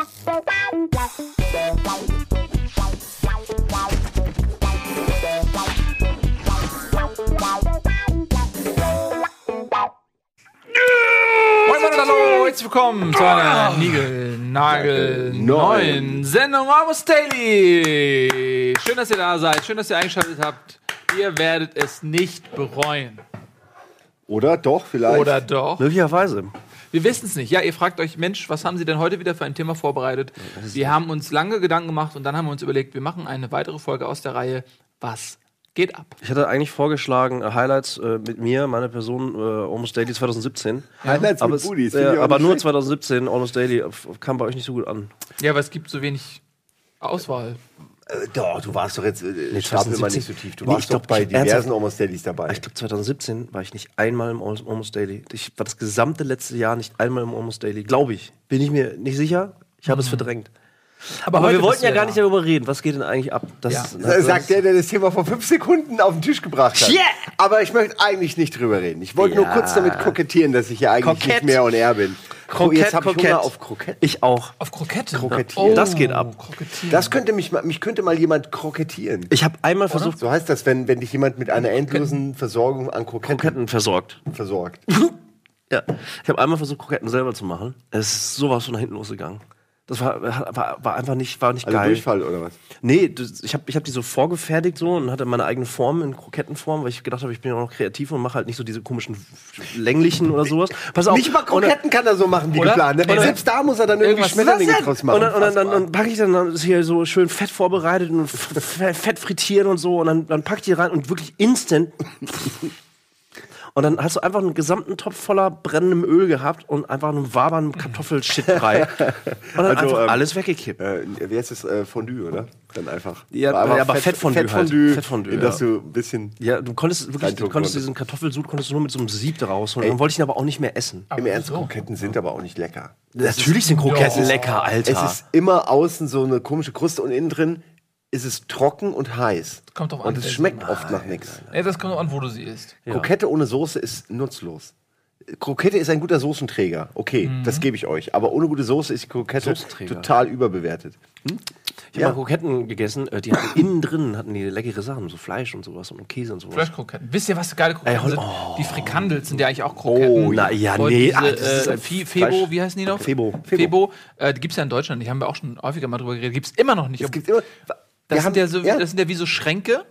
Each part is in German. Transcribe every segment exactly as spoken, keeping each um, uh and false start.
Moin Moin und hallo, herzlich willkommen zu einer Nigel-Nagel neuen Sendung Almost Daily. Schön, dass ihr da seid, schön, dass ihr eingeschaltet habt. Ihr werdet es nicht bereuen. Oder doch, vielleicht. Oder doch. Möglicherweise. Wir wissen es nicht. Ja, ihr fragt euch, Mensch, was haben Sie denn heute wieder für ein Thema vorbereitet? Wir haben uns lange Gedanken gemacht und dann haben wir uns überlegt, wir machen eine weitere Folge aus der Reihe Was geht ab? Ich hatte eigentlich vorgeschlagen, äh, Highlights äh, mit mir, meine Person, äh, Almost Daily zwanzig siebzehn. Highlights aber mit es, Buddies. äh, aber nur zwanzig siebzehn, Almost Daily, äh, kam bei euch nicht so gut an. Ja, aber es gibt so wenig Auswahl. Äh, doch, du warst doch jetzt, äh, Nee, stapel immer zwanzig nicht so tief. Du Nee, warst ich glaub, doch bei ich- diversen ernsthaft? Almost Dailies dabei. Ich glaube, zwanzig siebzehn war ich nicht einmal im Al- Almost Daily. Ich war das gesamte letzte Jahr nicht einmal im Almost Daily. Glaube ich. Bin ich mir nicht sicher. Ich habe es verdrängt. Aber, heute wir wollten bist ja du gar da. nicht darüber reden. Was geht denn eigentlich ab? Das, Ja. das, Äh, Sagt der, der das Thema vor fünf Sekunden auf den Tisch gebracht hat. Yeah! Aber ich möchte eigentlich nicht drüber reden. Ich wollte nur Ja. kurz damit kokettieren, dass ich ja eigentlich Kokett. nicht mehr on air bin. Krokett, Jetzt habe ich Krokett. Hunger auf Krokett. Ich auch. Auf Krokette. Krokettieren. Das geht ab. Krokettieren. Das könnte mich, mal- mich könnte mal jemand krokettieren. Ich habe einmal versucht, So heißt das, wenn, wenn dich jemand mit einer endlosen Versorgung an Kroketten, Kroketten versorgt. versorgt. Ja, ich habe einmal versucht, Kroketten selber zu machen. Es ist sowas von nach hinten losgegangen. Das war, war, war einfach nicht, war nicht Also geil. Durchfall oder was? Nee, das, ich habe ich hab die so vorgefertigt so und hatte meine eigene Form in Krokettenform, weil ich gedacht habe, ich bin ja auch noch kreativ und mache halt nicht so diese komischen länglichen oder sowas. Pass auf. Nicht mal Kroketten kann er so machen wie Oder? geplant. Ne? Oder- Selbst da muss er dann irgendwie Irgendwas- Schmetterlinge Was denn? draus Und machen. dann, und dann, dann, dann packe ich dann das hier so schön fett vorbereitet und f- fett frittiert und so und dann, dann packe ich die rein und wirklich instant. Und dann hast du einfach einen gesamten Topf voller brennendem Öl gehabt und einfach einen wabern Kartoffelshitbrei. Und dann Also, einfach ähm, alles weggekippt. Äh, wie heißt das? Äh, Fondue, oder? Dann einfach. Ja, War einfach ja, aber Fettfondue halt. Fettfondue, Fettfondue, in das ja. du ein bisschen Ja, du konntest wirklich, du Reintunken konntest konntest. diesen Kartoffelsud konntest du nur mit so einem Sieb da rausholen. Dann wollte ich ihn aber auch nicht mehr essen. im Ernst, wieso? Kroketten sind aber auch nicht lecker. Natürlich sind Kroketten Ja. lecker, Alter. Es ist immer außen so eine komische Kruste und innen drin ist es trocken und heiß. Kommt drauf an, Und es welche- schmeckt oft nach nichts. Ey, das kommt auch an, wo du sie isst. Krokette ohne Soße ist nutzlos. Krokette ist ein guter Soßenträger. Okay, das gebe ich euch. Aber ohne gute Soße ist die Krokette Soßenträger. total überbewertet. Ich habe mal Kroketten gegessen, äh, die hatten innen drin hatten die leckere Sachen, so Fleisch und sowas und Käse und sowas. Fleischkroketten. Wisst ihr, was geile Kroketten Ey, hol- sind? Die Frikandels sind ja eigentlich auch Kroketten. Oh, na ja, Und nee, diese, ah, das ist äh, ein Fe- Febo, Fleisch- wie heißen die noch? Febo. Febo. Äh, die gibt's ja in Deutschland. Die haben wir auch schon häufiger mal drüber geredet. Gibt's immer noch nicht. Es gibt immer. Das wir sind, ja so, ja. das sind ja wie so Schränke,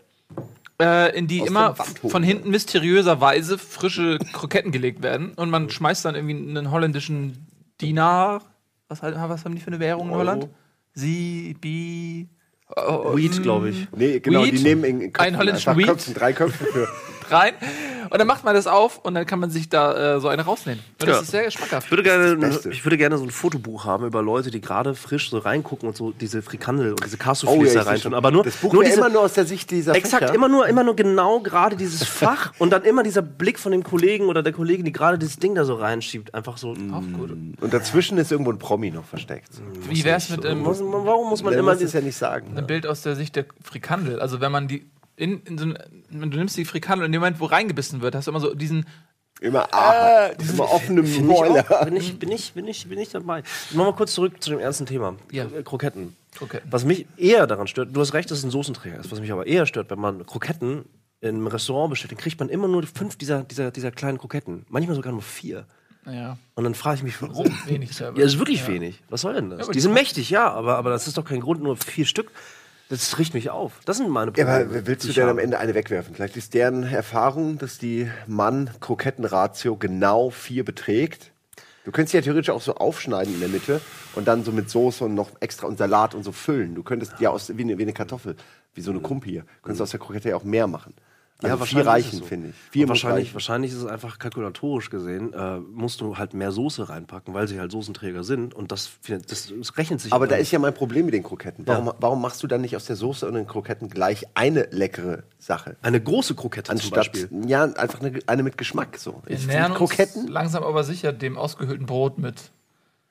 äh, in die Aus immer der Wand hoch. von hinten mysteriöserweise frische Kroketten gelegt werden. Und man schmeißt dann irgendwie einen holländischen Dinar. Was, halt- was haben die für eine Währung in Euro. Holland? Sie, Bi. oh, Weed, mm, glaube ich. Nee, genau, Weed? die nehmen in Köpfen, Einen holländischen einfach Weed? Köpfen, drei Köpfe für. rein. Und dann macht man das auf und dann kann man sich da äh, so eine rausnehmen. Und das Ja. ist sehr schmackhaft. Ich würde, gerne, Das Beste. ich würde gerne so ein Fotobuch haben über Leute, die gerade frisch so reingucken und so diese Frikandel und diese Oh, Cassoufflés ja, da ich sehe reintun. schon. Aber nur, das Buch nur wäre diese, immer nur aus der Sicht dieser Exakt, Fächer. immer nur, immer nur genau gerade dieses Fach und dann immer dieser Blick von dem Kollegen oder der Kollegin, die gerade dieses Ding da so reinschiebt. Einfach so. Auch gut. Und dazwischen ist irgendwo ein Promi noch versteckt. Wie wär's mit ähm, Muss, warum muss man Man immer muss es ja nicht sagen. einem Bild aus der Sicht der Frikandel? Also wenn man die in, in so ein, wenn du nimmst die Frikandel und in dem Moment, wo reingebissen wird, hast du immer so diesen Immer, ah, immer offene Bin ich, Mäuler. auch, bin, ich, bin, ich, bin, ich, bin ich dabei. Nochmal kurz zurück zu dem ernsten Thema. Ja. K- Kroketten. Kroketten. Was mich eher daran stört, du hast recht, dass es ein Soßenträger ist. Was mich aber eher stört, wenn man Kroketten im Restaurant bestellt, dann kriegt man immer nur fünf dieser, dieser, dieser kleinen Kroketten. Manchmal sogar nur vier. Ja. Und dann frage ich mich, warum? Wenig selber. Ja, das ist wirklich wenig. Was soll denn das? aber die die sind mächtig, ja, aber, aber das ist doch kein Grund, nur vier Stück. Das riecht mich auf. Das sind meine Ja, Probleme. aber willst die du ich denn habe. am Ende eine wegwerfen? Vielleicht ist deren Erfahrung, dass die Mann-Kroketten-Ratio genau vier beträgt. Du könntest ja theoretisch auch so aufschneiden in der Mitte und dann so mit Soße und noch extra und Salat und so füllen. Du könntest ja aus wie eine, wie eine Kartoffel, wie so eine Kumpe hier, könntest aus der Krokette ja auch mehr machen. Also Ja, vier wahrscheinlich reichen, ist es so. finde ich. Vier Und muss wahrscheinlich, reichen. wahrscheinlich ist es einfach kalkulatorisch gesehen, äh, musst du halt mehr Soße reinpacken, weil sie halt Soßenträger sind. Und das, das, das rechnet sich. Aber da nicht. ist ja mein Problem mit den Kroketten. Warum, warum machst du dann nicht aus der Soße und den Kroketten gleich eine leckere Sache? eine große Krokette zum Anstatt, Beispiel. ja, einfach eine, eine mit Geschmack. So. Wir Ich nähern finde uns Kroketten. langsam aber sicher dem ausgehöhlten Brot mit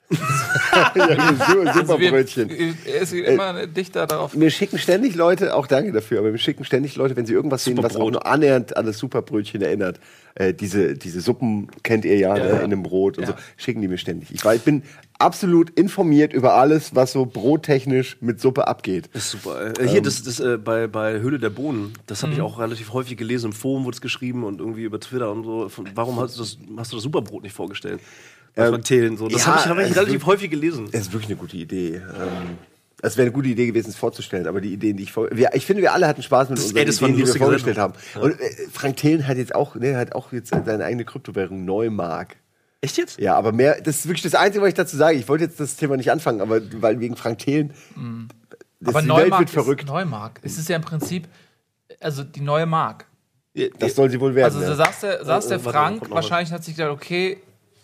ja, super Brötchen. Es geht immer dichter darauf. Mir schicken ständig Leute, auch danke dafür, aber mir schicken ständig Leute, wenn sie irgendwas sehen, was auch nur annähernd an das Superbrötchen erinnert. Äh, diese, diese Suppen kennt ihr ja, ja, ne, ja. in einem Brot und Ja. so, schicken die mir ständig. Ich, war, ich bin absolut informiert über alles, was so brottechnisch mit Suppe abgeht. Das ist super. Äh, hier, das, das äh, bei, bei Höhle der Bohnen, das habe ich Mhm. auch relativ häufig gelesen. Im Forum wurde es geschrieben und irgendwie über Twitter und so. Von, warum hast du das, hast du das Superbrot nicht vorgestellt? Bei Ähm, Fraktelen, so. Das ja, habe ich, hab ich also relativ häufig gelesen. Es ist wirklich eine gute Idee. Ähm, es wäre eine gute Idee gewesen, es vorzustellen, aber die Ideen, die ich vor, wir, ich finde, wir alle hatten Spaß mit Das- unseren ey, das war Ideen, eine die wir lustige vorgestellt haben. Und äh, Frank Thelen hat jetzt auch, ne, hat auch jetzt seine eigene Kryptowährung Neumark. Echt jetzt? Ja, aber mehr, das ist wirklich das Einzige, was ich dazu sage. Ich wollte jetzt das Thema nicht anfangen, aber weil wegen Frank Thelen, das, Aber die Neumark Welt wird ist verrückt. Neumark. Es ist ja im Prinzip, also die neue Mark. Das soll sie wohl werden. Also da ja. saß der, saß Äh, der äh, warte, Frank, kommt noch wahrscheinlich hat sich gedacht, okay,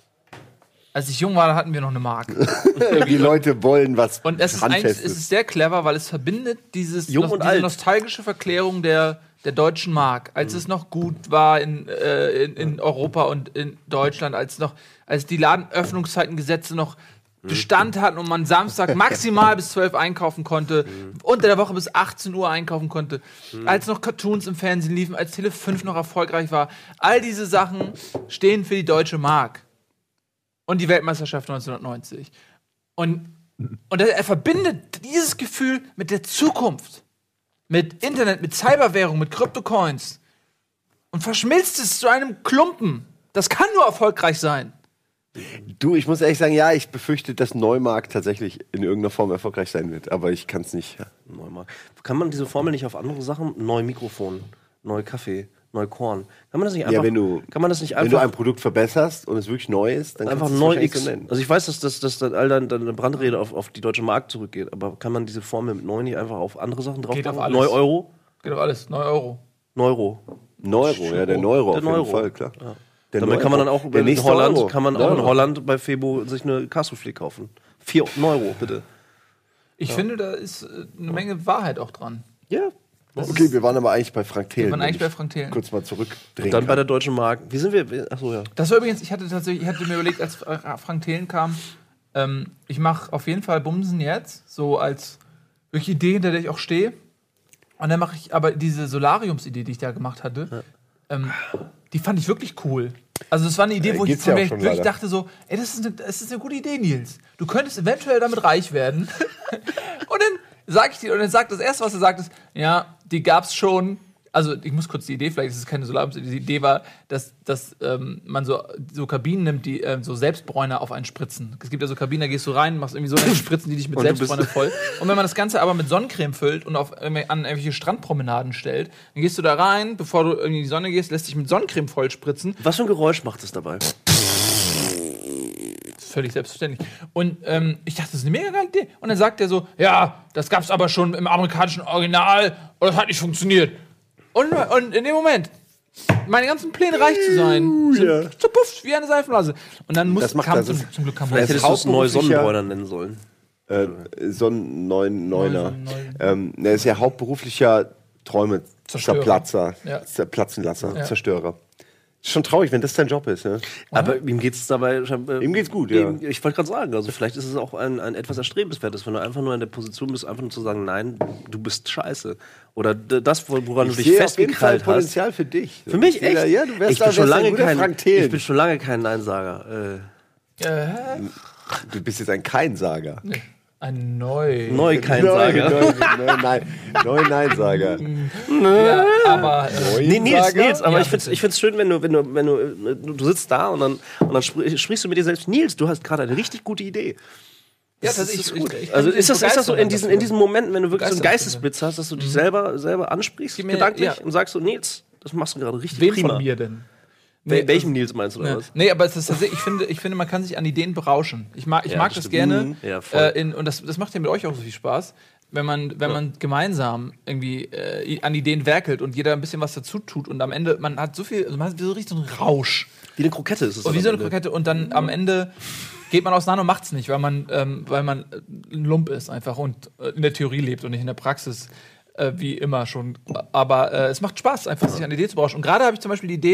als ich jung war, da hatten wir noch eine Mark. Die Leute wollen was Und es ist eigentlich es Handfestes. ist sehr clever, weil es verbindet dieses, Jung nos- und diese alt. nostalgische Verklärung der, der deutschen Mark, als es noch gut war in, äh, in, in Europa und in Deutschland, als noch, als die Ladenöffnungszeitengesetze noch Bestand hatten und man Samstag maximal bis zwölf einkaufen konnte, unter der Woche bis achtzehn Uhr einkaufen konnte, als noch Cartoons im Fernsehen liefen, als Tele fünf noch erfolgreich war. All diese Sachen stehen für die deutsche Mark. Und die Weltmeisterschaft neunzehnhundertneunzig. Und, und er, er verbindet dieses Gefühl mit der Zukunft. Mit Internet, mit Cyberwährung, mit Kryptocoins. Und verschmilzt es zu einem Klumpen. Das kann nur erfolgreich sein. Du, ich muss ehrlich sagen, ja, ich befürchte, dass Neumark tatsächlich in irgendeiner Form erfolgreich sein wird, aber ich kann es nicht. Ja. Neumark. Kann man diese Formel nicht auf andere Sachen? Neu Mikrofon, neu Kaffee, neu Korn. Kann man das nicht einfach? Ja, wenn du, kann man das nicht wenn du ein einfach, Produkt verbesserst und es wirklich neu ist, dann einfach kannst du es neu wahrscheinlich X? so nennen. Also ich weiß, dass, dass, dass dann all deine, deine Brandrede auf, auf die deutsche Mark zurückgeht, aber kann man diese Formel mit neu nicht einfach auf andere Sachen drauf Geht auf machen? alles. Neu Euro? Geht auf alles. neun Euro. Neuro. Neuro, ja, der Neuro Der auf Neuro. jeden Fall, klar. Der Damit Neuro. kann man dann auch Der in nächste Holland, Euro. kann man auch in Euro. Holland bei Febo sich eine Cassoufflé kaufen. Vier Euro, bitte. Ich finde, da ist äh, eine Menge Wahrheit auch dran. Ja. Okay, wir waren aber eigentlich bei Frank Thelen. Wir waren eigentlich wenn bei ich Frank Thelen. Kurz mal zurückdrehen. Dann bei kann. der Deutschen Mark. Wie sind wir? Achso, ja. Das war übrigens, ich hatte tatsächlich, ich hatte mir überlegt, als Fra- Frank Thelen kam, ähm, ich mache auf jeden Fall Bumsen jetzt, so als wirklich Idee, hinter der ich auch stehe. Und dann mache ich aber diese Solariums-Idee, die ich da gemacht hatte, ähm, die fand ich wirklich cool. Also das war eine Idee, Äh, wo ich, geht's von ja der auch ich schon wirklich leider. dachte so, ey, das ist, eine, das ist eine gute Idee, Nils. Du könntest eventuell damit reich werden. Und dann sag ich dir, und dann sagt das erste, was er sagt, ist, ja, die gab's schon. Also ich muss kurz die Idee, vielleicht ist es keine Solariums, die Idee war, dass, dass ähm, man so, so Kabinen nimmt, die ähm, so Selbstbräuner auf einen spritzen. Es gibt ja so Kabinen, da gehst du rein, machst irgendwie so, dann spritzen die dich mit Und du bist- Selbstbräuner voll. Und wenn man das Ganze aber mit Sonnencreme füllt und auf, irgendwel- an irgendwelche Strandpromenaden stellt, dann gehst du da rein, bevor du irgendwie in die Sonne gehst, lässt dich mit Sonnencreme voll spritzen. Was für ein Geräusch macht es dabei? Das ist völlig selbstverständlich. Und ähm, ich dachte, das ist eine mega geile Idee. Und dann sagt er so, ja, das gab's aber schon im amerikanischen Original und das hat nicht funktioniert. Und, und in dem Moment, meine ganzen Pläne reich zu sein, sind zerpufft wie eine Seifenblase. Und dann muss Das macht kam das zum, ist- zum Glück kam Vielleicht Das hättest du es neu hauptberuflicher- Sonnenbräuner nennen sollen. Äh, so ein neun, Neuner. Neun- neun- Ähm, er ist ja hauptberuflicher Träume Zerstörer. Zerplatzer, Ja. Zerplatzenlasser, Ja. Zerstörer. Ist schon traurig, wenn das dein Job ist. Ne? Aber ihm geht es dabei. Äh, Ihm geht's gut, ihm, ja. Ich wollte gerade sagen, also vielleicht ist es auch ein, ein etwas Erstrebenswertes, wenn du einfach nur in der Position bist, einfach nur zu sagen, nein, du bist scheiße. Oder d- das, woran du Ich dich sehe auf jeden Fall festgekrallt hast. Potenzial für dich. Für mich Ich sehe echt? da- Ja, du wärst ich, da, bin schon wärst ein lange guter kein, Frank Thelen. ich bin schon lange kein Neinsager. Äh, Äh, Du bist jetzt ein Keinsager. nee. Ein Neu. neu kein Nein, Sager. nein, nein, nein, nein, Neinsager. Ja, aber äh, Nee, Nils, Neunsager? Nils, aber Ja, ich find's, ich find's schön, wenn du, wenn du, wenn du, äh, du sitzt da und dann, und dann spr- sprichst du mit dir selbst, Nils, du hast gerade eine richtig gute Idee. ja, Das das ist ich, gut. ich, ich kann Also mich ist das, ist das so in diesen, in begeistern diesen Momenten, wenn du wirklich so einen Begeistern Geistesblitz hast, dass du dich selber, selber ansprichst, Gib mir- gedanklich, ja. und sagst so, Nils, das machst du gerade richtig Wen prima. von mir denn? Wel- Nee, Welchem das- Nils meinst du oder Ja. was? Nee, aber es ist tatsächlich, ich finde, ich finde, man kann sich an Ideen berauschen. Ich mag, ich Ja, mag das das stimmt. gerne. Mhm. Ja, voll. äh, in, und das, das macht ja mit euch auch so viel Spaß, wenn man, wenn man gemeinsam irgendwie äh, an Ideen werkelt und jeder ein bisschen was dazu tut und am Ende, man hat so viel, also man hat so richtig so einen Rausch. Wie eine Krokette ist es. Und wie dann so am eine Ende. Krokette und dann am Ende geht man auseinander und macht's nicht, weil man, ähm, weil man äh, ein Lump ist einfach und äh, in der Theorie lebt und nicht in der Praxis, äh, wie immer schon. Aber äh, es macht Spaß, einfach sich an Ideen zu berauschen. Und gerade habe ich zum Beispiel die Idee,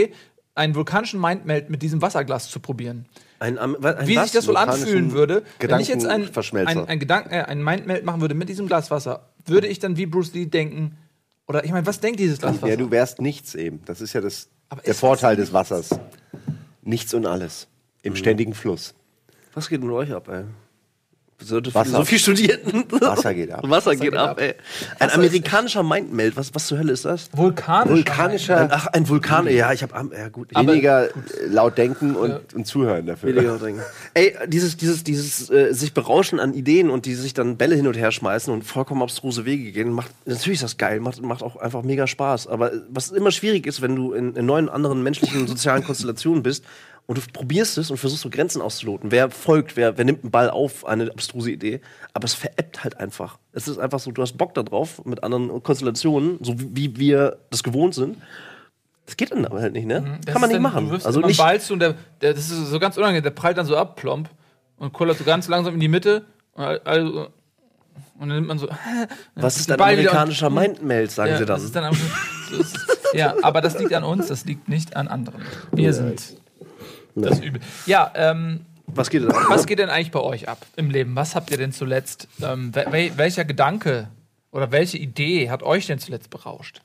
einen vulkanischen Mindmeld mit diesem Wasserglas zu probieren. Ein, ein, ein Wie was? sich das wohl anfühlen würde, wenn ich jetzt ein, Gedankenverschmelzer. ein, ein, Gedanken, äh, ein Mindmeld machen würde mit diesem Glas Wasser, würde ich dann wie Bruce Lee denken, oder ich meine, was denkt dieses Glas Wasser? Ja, du wärst nichts eben. Das ist ja das, Aber der ist Vorteil das des Wassers. Nichts und alles. Im ständigen Fluss. Was geht mit euch ab, ey? So, Wasser. so viel studierten. Wasser geht ab. Wasser geht geht ab, ab. ey. Ein Wasser amerikanischer Mindmeld. Was, was zur Hölle ist das? Vulkanischer. Vulkanischer, Ach, ein Vulkan. Ja, ich hab. Ja, gut. weniger äh, laut denken und, und zuhören dafür. Weniger trinken. Ey, dieses, dieses, dieses äh, sich berauschen an Ideen und die sich dann Bälle hin und her schmeißen und vollkommen abstruse Wege gehen, macht natürlich ist das geil, macht, macht auch einfach mega Spaß. Aber was immer schwierig ist, wenn du in, in neuen anderen menschlichen sozialen Konstellationen bist und du probierst es und versuchst so Grenzen auszuloten. Wer folgt, wer, wer nimmt einen Ball auf, eine abstruse Idee, aber es veräppt halt einfach. Es ist einfach so, du hast Bock da drauf mit anderen Konstellationen, so wie, wie wir das gewohnt sind. Das geht dann aber halt nicht, ne? Das Kann man ist nicht dann, machen. Du wirfst Also immer nicht. einen Ball zu und der, der, das ist so ganz unangenehm, der prallt dann so ab, plomp, und kullert so ganz langsam in die Mitte. Und, also, und dann nimmt man so. Was ist den ein Ball wieder amerikanischer und- Mindmeld, sagen ja, sie dann. Das ist dann einfach, das ist, ja, aber das liegt an uns, das liegt nicht an anderen. Wir sind das Übel. Ja, ähm, Was geht denn ab? was geht denn eigentlich bei euch ab im Leben? Was habt ihr denn zuletzt, ähm, wel welcher Gedanke oder welche Idee hat euch denn zuletzt berauscht?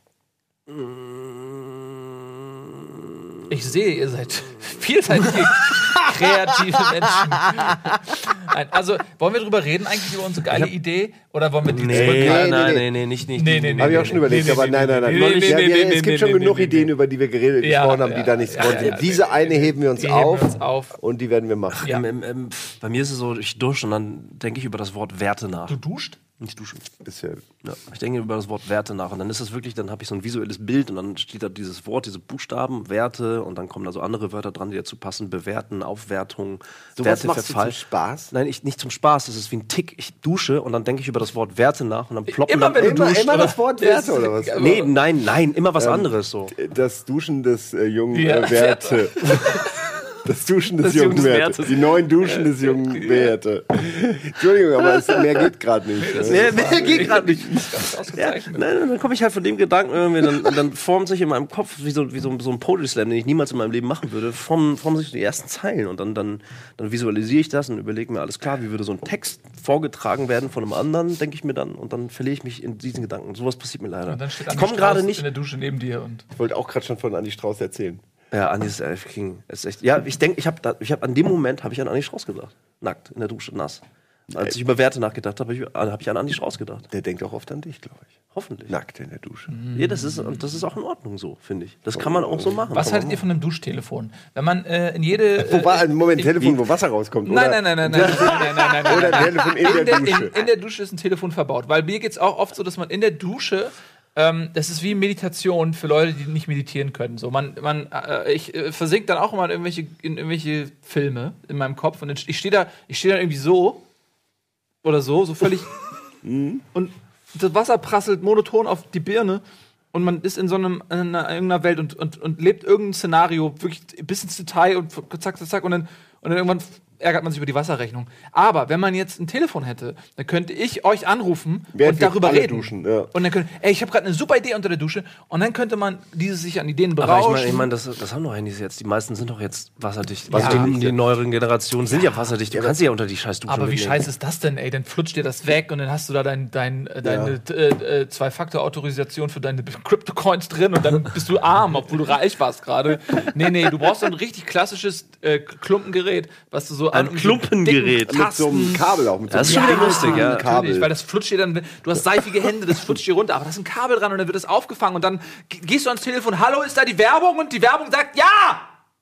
Ich sehe, ihr seid vielseitige, kreative Menschen. Nein, also, wollen wir drüber reden eigentlich über unsere geile Idee? Oder wollen wir die Nee, zurückhalten? nein, nee, nee, nee, nicht, nicht. Nee, nee, nee. Habe ich auch schon überlegt, nee, aber nee, nein, nein, nee, nein. nee, Noch nee, nicht. Ja, nee, wir- nee, es nee, gibt schon nee, genug nee, Ideen, nee. über die wir geredet, Ja, gesprochen haben, ja, die da nichts ja, geworden ja, ja, sind. Diese ja. eine heben wir uns Die heben wir auf uns auf. und die werden wir machen. Ja. Ähm, ähm, ähm, pf, bei mir ist es so, ich dusche und dann denke ich über das Wort Werte nach. Du duscht? Ich dusche. Bisher. Ja, ich denke über das Wort Werte nach und dann ist es wirklich, dann habe ich so ein visuelles Bild und dann steht da dieses Wort, diese Buchstaben, Werte und dann kommen da so andere Wörter dran, die dazu passen, Bewerten, Aufwertung, So was machst du Werteverfall. zum Spaß? Nein, ich, nicht zum Spaß, das ist wie ein Tick. Ich dusche und dann denke ich über das Wort Werte nach und dann ploppen Immer dann... wenn du Immer, duscht, immer oder? das Wort Werte oder was? Nee, nein, nein, immer was anderes so. Das Duschen des äh, jungen Ja. äh, Werte. Das Duschen des Das jungen jungen Werte. Wertes. Die neuen Duschen des jungen Werte. Entschuldigung, aber es, mehr geht gerade nicht. ne? Nee, nee, geht gerade nicht. Ja, Ausgezeichnet. nein, dann komme ich halt von dem Gedanken irgendwie, dann, dann formt sich in meinem Kopf wie so, wie so, so ein Poetry Slam, den ich niemals in meinem Leben machen würde, formen, formen sich die ersten Zeilen und dann, dann, dann visualisiere ich das und überlege mir alles klar, wie würde so ein Text vorgetragen werden von einem anderen, denke ich mir dann und dann verliere ich mich in diesen Gedanken. Sowas passiert mir leider. Und dann steht Ich Andi komme gerade Strauß nicht. in der Dusche neben dir und Ich wollte auch gerade schon von Andi Strauß erzählen. Ja, Andi ist Elf King. Ist echt. Ja, ich denke, ich habe ich hab an dem Moment habe ich an Andi Strauß gedacht, nackt in der Dusche, nass. Als ich über Werte nachgedacht habe, habe ich, hab ich an Andi Strauß gedacht. Der denkt auch oft an dich, glaube ich. Hoffentlich. Nackt in der Dusche. Ja, das ist, und das ist auch in Ordnung so, finde ich. Das kann man auch so machen. was Kann haltet man ihr von einem Duschtelefon? Wenn man äh, in jede. Wo war äh, ein Moment, in- Telefon, wo Wasser rauskommt? Nein, oder? nein, nein, nein, nein, nein, nein, nein, nein, Oder nein. ein Telefon in, In der der, Dusche. in, in der Dusche ist ein Telefon verbaut. Weil mir geht es auch oft so, dass man in der Dusche, ähm, das ist wie Meditation für Leute, die nicht meditieren können. So, man, man, äh, ich äh, versink dann auch immer in irgendwelche, in irgendwelche Filme in meinem Kopf. Und dann, ich stehe da, ich stehe da irgendwie so oder so, so völlig. Und das Wasser prasselt monoton auf die Birne. Und man ist in so einem, in einer, irgendeiner Welt und, und, und lebt irgendein Szenario wirklich bis ins Detail und zack, zack, zack. Und dann, und dann irgendwann ärgert man sich über die Wasserrechnung. Aber wenn man jetzt ein Telefon hätte, dann könnte ich euch anrufen Während und wir darüber alle reden. duschen, ja. Und dann könnte, ey, ich habe gerade eine super Idee unter der Dusche. Und dann könnte man dieses sich an Ideen Aber ich berauschen. meine, ich mein, das, das haben doch Handys jetzt. Die meisten sind doch jetzt wasserdicht. Ja. Also die, die neueren Generationen sind ja wasserdicht. Du kannst sie ja unter die Scheißdusche Aber wie mitnehmen. scheiße ist das denn, ey? Dann flutscht dir das weg und dann hast du da dein, dein, äh, deine äh, äh, Zwei-Faktor-Autorisation für deine Crypto-Coins drin und dann bist du arm, obwohl du reich warst gerade. Nee, nee, du brauchst so ein richtig klassisches äh, Klumpengerät, was du so Ein an so Klumpengerät. dicken Mit so einem Tasten- Kabel auch. Mit so Das ist einem schon wieder lustig, ja. Natürlich, Kabel. weil das flutscht dir dann, du hast seifige Hände, das flutscht dir runter, aber da ist ein Kabel dran und dann wird das aufgefangen und dann g- gehst du ans Telefon, hallo, ist da die Werbung? Und die Werbung sagt, ja!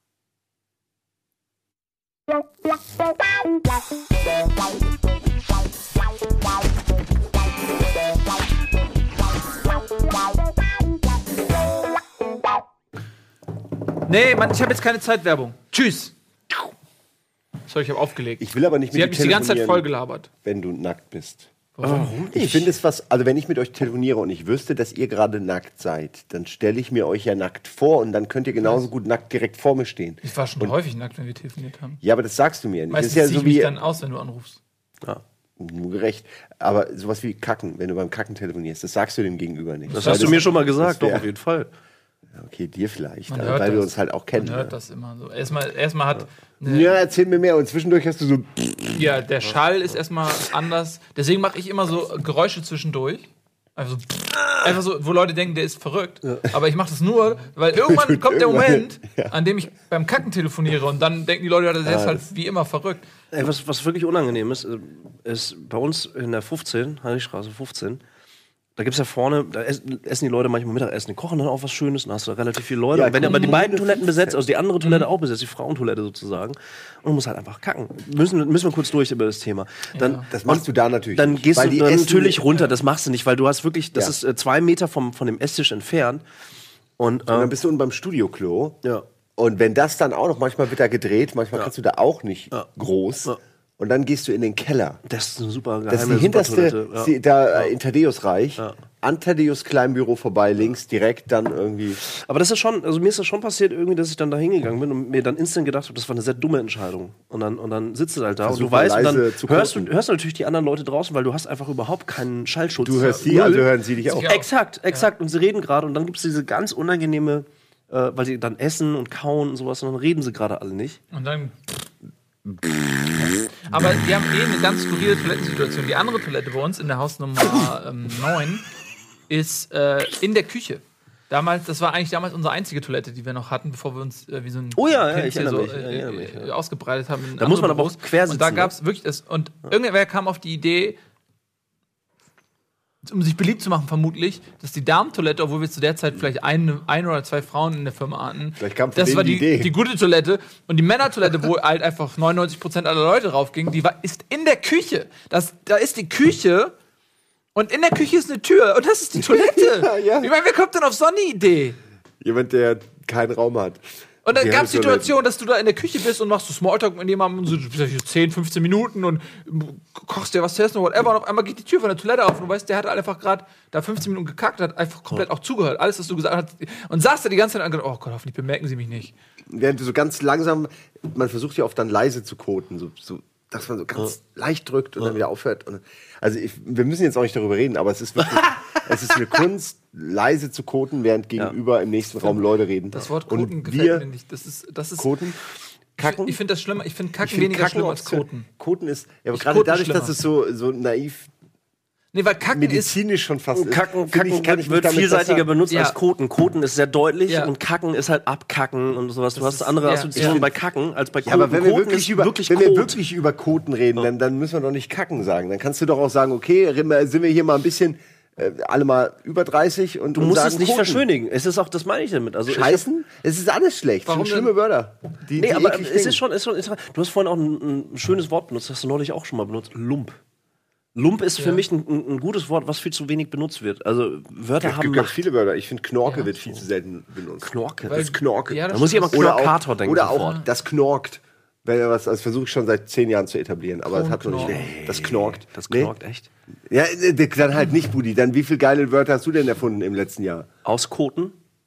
Nee, Mann, ich habe jetzt keine Zeitwerbung. Tschüss. Sorry, ich habe aufgelegt. Ich will aber nicht mit Sie hat dir mich die ganze Zeit telefonieren, vollgelabert. wenn du nackt bist. Warum Ich finde es was, also wenn ich mit euch telefoniere und ich wüsste, dass ihr gerade nackt seid, dann stelle ich mir euch ja nackt vor und dann könnt ihr genauso gut nackt direkt vor mir stehen. Ich war schon häufig nackt, wenn wir telefoniert haben. Ja, aber das sagst du mir nicht. Meistens das ist ja ziehe ich so mich wie dann aus, wenn du anrufst. Ja. nur gerecht. Aber sowas wie Kacken, wenn du beim Kacken telefonierst, das sagst du dem Gegenüber nicht. Das Weil hast du mir schon mal gesagt, das wär- doch, auf jeden Fall. Okay, dir vielleicht, Man aber hört weil wir das. uns halt auch kennen. Man hört ne? das immer so. Erstmal, erstmal hat. Ne, Ja, erzähl mir mehr. Und zwischendurch hast du so. ja, der Schall ist erstmal anders. Deswegen mache ich immer so Geräusche zwischendurch. Also, einfach so, wo Leute denken, der ist verrückt. Aber ich mache das nur, weil irgendwann kommt der Moment, Ja. an dem ich beim Kacken telefoniere und dann denken die Leute, der ist halt wie immer verrückt. Ey, was, was wirklich unangenehm ist, äh, ist bei uns in der fünfzehn, Heiligstraße fünfzehn, da gibt's ja vorne, da essen, essen die Leute manchmal Mittagessen, die kochen dann auch was Schönes, dann hast du relativ viele Leute. Ja, und wenn aber die Kommune beiden Toiletten besetzt, also die andere Toilette auch besetzt, die Frauentoilette sozusagen, und du musst halt einfach kacken. Müssen, müssen wir kurz durch über das Thema. Dann, Das machst du da natürlich. dann nicht, gehst weil du die dann essen- natürlich runter, das machst du nicht, weil du hast wirklich, das Ja. ist äh, zwei Meter vom, von dem Esstisch entfernt. Und, Und dann ähm, bist du unten beim Studioklo. ja. Und wenn das dann auch noch, manchmal wird da gedreht, manchmal kannst du da auch nicht Ja. groß. Ja. Und dann gehst du in den Keller. Das ist eine super geheime Das ist die hinterste, Supertoilette, ja. die, da äh, in Thaddeus-Reich. Ja. An Thaddeus Kleinbüro vorbei, links, direkt dann irgendwie. Aber das ist schon, also mir ist das schon passiert irgendwie, dass ich dann da hingegangen bin und mir dann instant gedacht habe, das war eine sehr dumme Entscheidung. Und dann, und dann sitzt du halt da Versuch und du mal weißt, und dann leise zu hörst du, koten. hörst du natürlich die anderen Leute draußen, weil du hast einfach überhaupt keinen Schallschutz. Du hörst Ja, sie, null. also hören sie dich auch. Ja. Exakt, exakt. Und sie reden gerade und dann gibt es diese ganz unangenehme, äh, weil sie dann essen und kauen und sowas und dann reden sie gerade alle nicht. Und dann. Aber wir haben eh eine ganz skurrile Toilettensituation. Die andere Toilette bei uns in der Hausnummer ähm, neun ist äh, in der Küche. Damals, das war eigentlich damals unsere einzige Toilette, die wir noch hatten, bevor wir uns äh, wie so ein Oh ja, ja, Pilz ich hier erinnere so, mich, ich äh, erinnere mich, äh, ja. ausgebreitet haben. in Da muss man andere aber auch Büros. quer Und da sitzen, gab es wirklich das. Und irgendwer kam auf die Idee, um sich beliebt zu machen, vermutlich, dass die Damentoilette, obwohl wir zu der Zeit vielleicht eine, eine oder zwei Frauen in der Firma hatten, Vielleicht kam von das denen war die die, Idee. die gute Toilette. Und die Männertoilette, wo halt einfach neunundneunzig Prozent aller Leute raufgingen, die war, ist in der Küche. Das, da ist die Küche und in der Küche ist eine Tür und das ist die Toilette. Ja, ja. Ich meine, wer kommt denn auf so eine Idee? Jemand, der keinen Raum hat. Und dann Die gab es haben Toiletten. Situation, dass du da in der Küche bist und machst so Smalltalk mit jemandem so zehn, fünfzehn Minuten und kochst dir was zu essen oder whatever. Und auf einmal geht die Tür von der Toilette auf und du weißt, der hat einfach gerade da fünfzehn Minuten gekackt, hat einfach komplett auch zugehört. Alles, was du gesagt hast. Und saß da die ganze Zeit und gedacht, oh Gott, hoffentlich bemerken sie mich nicht. Während du so ganz langsam, man versucht ja oft dann leise zu koten, so, so dass man so ganz leicht drückt und dann wieder aufhört. Und, also ich, wir müssen jetzt auch nicht darüber reden, aber es ist wirklich, es ist eine Kunst, leise zu koten, während gegenüber im nächsten Raum Leute reden. Das Wort Koten und gefällt wir mir nicht. Das ist, das ist Koten? Kacken? Ich finde das schlimmer. Ich finde Kacken Ich find weniger Kacken schlimm als Option- Koten. Koten ist, ja, aber Ich gerade Koten dadurch, schlimmer. dass es so, so naiv Nee, weil Kacken ist. medizinisch schon fast ist. Kacken, finde ich, Kacken kann ich mich wird damit vielseitiger besser- benutzt Ja. als Koten. Koten ist sehr deutlich Ja. und Kacken ist halt abkacken und sowas. Du Das hast ist- andere ja. Assoziationen Ja. bei Kacken als bei Koten. Ja, aber wenn wir Koten wirklich ist über, wirklich wenn wir Kot. wirklich über Koten reden, dann, dann müssen wir doch nicht Kacken sagen. Dann kannst du doch auch sagen, okay, sind wir hier mal ein bisschen äh, alle mal über dreißig und Du musst sagen es nicht Koten. verschönigen. Es ist auch, das meine ich damit. Also ich hab- Scheißen? Es ist alles schlecht. Warum Warum schlimme denn? Wörter. Die, Nee, die aber eklig es klingen. ist schon, ist schon interessant. Du hast vorhin auch ein, ein schönes Wort benutzt, das hast du neulich auch schon mal benutzt. Lump. Lump ist für Ja. mich ein, ein, ein gutes Wort, was viel zu wenig benutzt wird. Also Wörter Es haben gibt ganz Macht. viele Wörter. Ich finde, Knorke Ja, wird so. viel zu selten benutzt. Knorke. Weil- Das Knorke. Ja, das Da muss ich aber stimmt. Oder Knorkator auch, denken. oder auch sofort. das knorkt. Wenn er was, das versuche ich schon seit zehn Jahren zu etablieren, aber es hat noch nicht. Kronknork. Das knorkt. Das Nee? knorkt echt. Ja, äh, dann halt nicht, Budi. Dann wie viele geile Wörter hast du denn erfunden im letzten Jahr? Auskoten.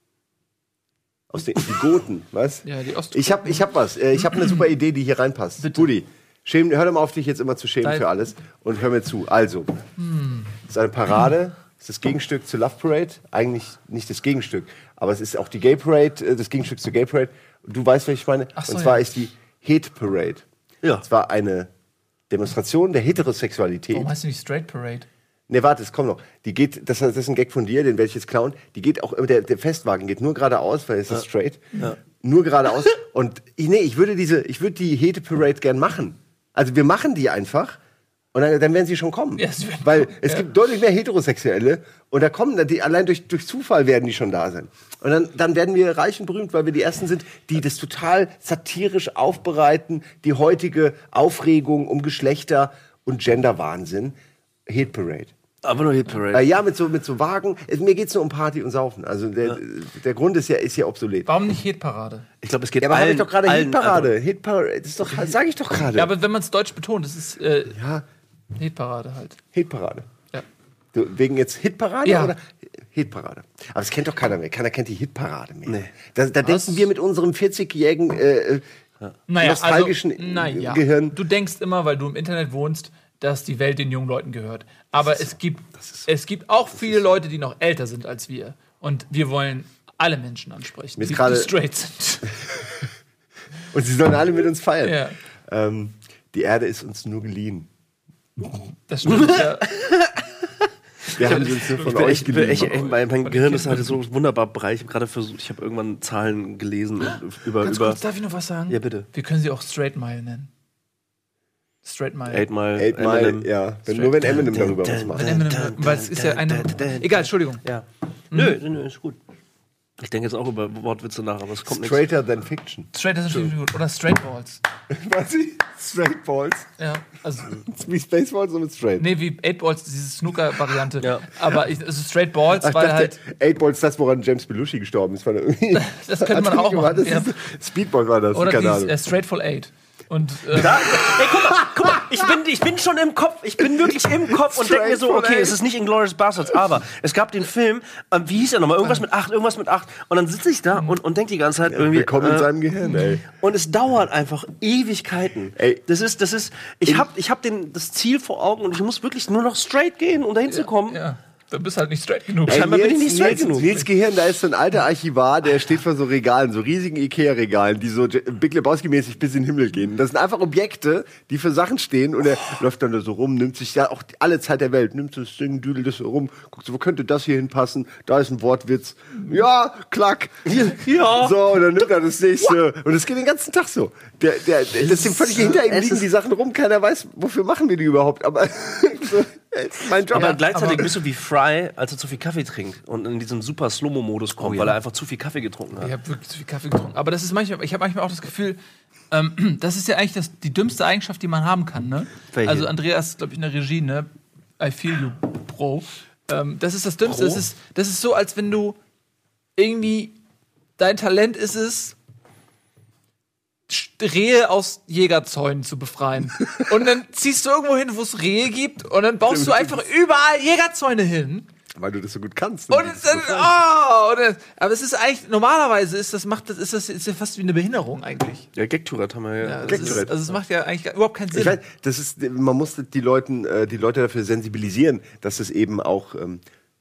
Aus den die Goten, was? Ja, die Ost- Ich habe ich hab was. Äh, Ich habe eine super Idee, die hier reinpasst. Bitte. Budi, schäm, hör doch mal auf, dich jetzt immer zu schämen Dein- für alles und hör mir zu. Also, es ist eine Parade, es ist das Gegenstück zu Love Parade. Eigentlich nicht das Gegenstück, aber es ist auch die Gay Parade, äh, das Gegenstück zur Gay Parade. Du weißt, was ich meine? Ach so, und zwar ja. ist die Hate Parade. Ja. Es war eine Demonstration der Heterosexualität. Warum heißt du nicht Straight Parade? Ne, warte, es kommt noch. Die geht, das, das ist ein Gag von dir, den werde ich jetzt klauen. Die geht auch, der, der Festwagen geht nur geradeaus, weil es ist straight. Nur geradeaus. Und ich, nee, ich würde diese, ich würde die Hete Parade gern machen. Also wir machen die einfach und dann, dann werden sie schon kommen. Ja, sie werden weil kommen, es ja. gibt deutlich mehr Heterosexuelle und da kommen dann die, allein durch, durch Zufall werden die schon da sein. Und dann, dann werden wir reich und berühmt, weil wir die Ersten sind, die das total satirisch aufbereiten, die heutige Aufregung um Geschlechter und Genderwahnsinn. Hate Parade. Aber nur Hit Äh, Parade. ja, mit so, mit so Wagen. Es, mir geht's nur um Party und Saufen. Also der, der Grund ist ja, ist ja obsolet. Warum nicht Hit-Parade? Ich glaube, es geht Ja, aber habe ich allen- doch gerade allen- Hitparade. Hitparade, das ist doch, sage ich doch gerade. Ja, aber wenn man es deutsch betont, das ist äh, Ja, Hit-Parade halt. Hitparade. Ja. Du, wegen jetzt Hitparade Ja. oder Hitparade? Aber das kennt doch keiner mehr. Keiner kennt die Hitparade mehr. Nee. Da, da denken wir mit unserem vierzigjährigen äh, Naja, nostalgischen also, naja. Gehirn. Du denkst immer, weil du im Internet wohnst, dass die Welt den jungen Leuten gehört. Aber es gibt, es gibt auch viele Leute, die noch älter sind als wir. Und wir wollen alle Menschen ansprechen, Mir ist die, gerade- die straight sind. Und sie sollen alle mit uns feiern. Ja. Ähm, die Erde ist uns nur geliehen. Das stimmt, ja. Wir haben sie uns nur von Ich bin euch echt, bin geliehen. echt, echt, mein, mein Gehirn ist halt so wunderbar breit. Ich habe gerade versucht, ich habe irgendwann Zahlen gelesen über. Ganz über kurz, darf ich noch was sagen? Ja, bitte. Wir können sie auch Straight Mile nennen. Straight Mile. Eight Mile. Eight Mile, Eminem. ja. Wenn, nur wenn Eminem darüber was Wenn macht. Eminem, weil es ist ja eine. Egal, Entschuldigung. Ja. Nö, nö, ist gut. Ich denke jetzt auch über Wortwitze nach, aber es kommt nichts. Straighter than Fiction. Straight ist natürlich gut. Oder Straight Balls. Was? Straight Balls? Ja, also. Wie Spaceballs oder mit Straight? Nee, wie Eight Balls, diese Snooker-Variante. Ja. Aber ich, also Straight Balls, Ach, ich weil dachte, halt. Eight Balls, das, woran James Belushi gestorben ist. Weil er irgendwie Das könnte man auch machen. Das Ja. ist, Speedball war das, Oder keine dieses Ahnung. äh, Straight for Eight. Und äh, Da, ey, guck mal, guck mal, ich bin, ich bin schon im Kopf, ich bin wirklich im Kopf und denke mir so, Straight okay, from es ist nicht Inglourious Bastards, aber es gab den Film, ähm, wie hieß er nochmal, irgendwas mit acht, irgendwas mit acht und dann sitze ich da und, und denke die ganze Zeit irgendwie, Willkommen in äh, seinem Gehirn, ey. und es dauert einfach Ewigkeiten. Ey. Das ist, das ist, ich hab, ich hab den, das Ziel vor Augen und ich muss wirklich nur noch straight gehen, um dahin zu kommen. ja, dann bist du halt nicht straight genug. Ey, Scheinbar bin ich Nils, nicht straight Nils, genug. Nils Gehirn, da ist so ein alter Archivar, der steht vor so Regalen, so riesigen Ikea-Regalen, die so Big Lebowski-mäßig bis in den Himmel gehen. Das sind einfach Objekte, die für Sachen stehen und er läuft dann da so rum, nimmt sich ja auch die- alle Zeit der Welt, nimmt das Ding, düdelt das so rum, guckt so, wo könnte das hier hinpassen? Da ist ein Wortwitz. Ja, klack. Ja. So, und dann nimmt er das nächste. Und es geht den ganzen Tag so. Der, der, der, das ist völlig hinter ihm es liegen ist- die Sachen rum, keiner weiß, wofür machen wir die überhaupt. Aber so, ey, mein Job. Aber Ja, gleichzeitig aber- bist du wie Fry, als er zu viel Kaffee trinkt und in diesen super Slow-Mo-Modus kommt, Oh ja. weil er einfach zu viel Kaffee getrunken hat. Ich habe wirklich zu viel Kaffee getrunken. Aber das ist manchmal, ich habe manchmal auch das Gefühl, ähm, das ist ja eigentlich das, die dümmste Eigenschaft, die man haben kann. Ne? Welche? Also Andreas, glaube ich, in der Regie, ne? I feel you, Bro. Ähm, das ist das Dümmste. Bro? Das ist, das ist so, als wenn du irgendwie, dein Talent ist es, Rehe aus Jägerzäunen zu befreien. Und dann ziehst du irgendwo hin, wo es Rehe gibt, und dann baust du einfach überall Jägerzäune hin. Weil du das so gut kannst. Und es dann, oh, und dann, aber es ist eigentlich, normalerweise ist das, macht das, ist das ist ja fast wie eine Behinderung eigentlich. Ja, Gag-Tourette haben wir ja. Ja, das ist, Gag-Tourette. also es macht ja eigentlich überhaupt keinen Sinn. Ich weiß, das ist, man muss die, Leuten, äh, die Leute dafür sensibilisieren, dass es eben auch ähm,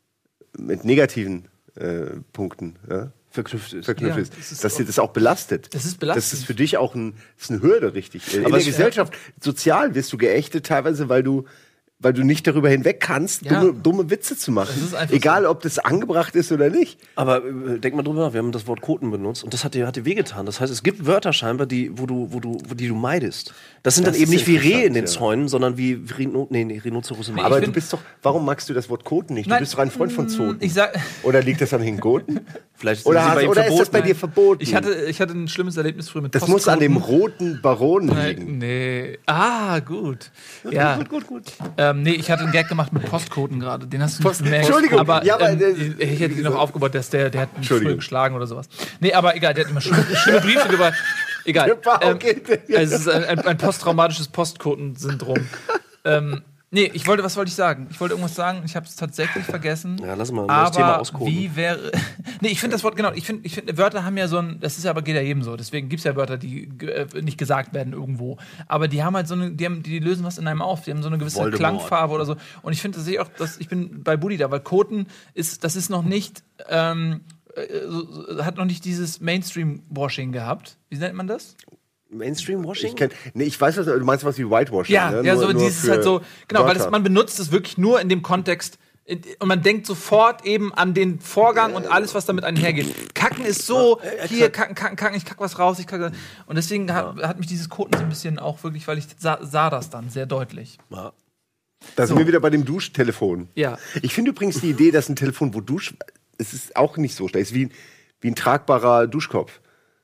mit negativen äh, Punkten ja, verknüpft ist. verknüpft Ja, ist, das ist dass auch- dir das auch belastet. Das ist belastend. Das ist für dich auch ein, das ist eine Hürde, richtig. In Aber der es- Gesellschaft, sozial wirst du geächtet, teilweise, weil du weil du nicht darüber hinweg kannst, Ja. dumme, dumme Witze zu machen. Das ist einfach Egal, ob das angebracht ist oder nicht. Aber äh, denk mal drüber nach, wir haben das Wort Koten benutzt und das hat dir, hat dir wehgetan. Das heißt, es gibt Wörter scheinbar, die, wo du, wo du, wo die du meidest. Das sind Das dann eben ist nicht wie Rehe in den interessant, ja. Zäunen, sondern wie Rhino, nee, nee, Rhinoceros im Aber ich du find- bist doch, warum magst du das Wort Koten nicht? Du Nein, bist doch ein Freund von Zoten. Ich sag, Oder liegt das an den Goten? Vielleicht sind Oder, sie hast, bei ihm oder ist das verboten. bei dir verboten? ich hatte, ich hatte ein schlimmes Erlebnis früher mit das muss an dem Postkoten. roten Baron Nein, liegen. nee. Ah, gut. Ja. Gut, gut, gut. Ähm, nee, ich hatte einen Gag gemacht mit Postkoten gerade. Den hast du Post- nicht gemerkt. Entschuldigung, aber, ja, aber ähm, der- ich hätte den noch aufgebaut, dass der, der hat mich früher Entschuldigung. geschlagen oder sowas. Nee, aber egal, der hat immer schlimme, schlimme Briefe über. Egal. Ja, Ähm, okay. also es ist ein, ein, ein posttraumatisches Postkoten-Syndrom. ähm, nee, ich wollte, was wollte ich sagen? Ich wollte irgendwas sagen, ich habe es tatsächlich vergessen. Ja, lass mal aber das Thema auskoden. wie wäre. Nee, ich finde das Wort, genau, ich finde, ich finde, Wörter haben ja so ein, das ist ja aber geht ja jedem so, deswegen gibt es ja Wörter, die äh, nicht gesagt werden irgendwo. Aber die haben halt so eine, die, haben, die lösen was in einem auf, die haben so eine gewisse Voldemort. Klangfarbe oder so. Und ich finde tatsächlich auch, dass ich bin bei Buddy da, weil Koten ist, das ist noch nicht, ähm, äh, so- so- hat noch nicht dieses Mainstream-Washing gehabt. Wie nennt man das? Mainstream-Washing? Ich, kenn, nee, ich weiß, was du meinst, was wie Whitewashing. Ja, ne? ja, Nur- so nur dieses für halt so, genau, weil das, Wörter. man benutzt es wirklich nur in dem Kontext in- und man denkt sofort eben an den Vorgang und alles, was damit einhergeht. Kacken ist so, hier, kacken, kacken, kacken, ich kack was raus, ich kacke. Und deswegen hat, hat mich dieses Koten so ein bisschen auch wirklich, weil ich sah, sah das dann sehr deutlich. Ja. Da sind so. wir wieder bei dem Duschtelefon. Ja. Ich finde übrigens die Idee, dass ein Telefon, wo Dusch, es ist auch nicht so schlecht. Es ist wie, wie ein tragbarer Duschkopf.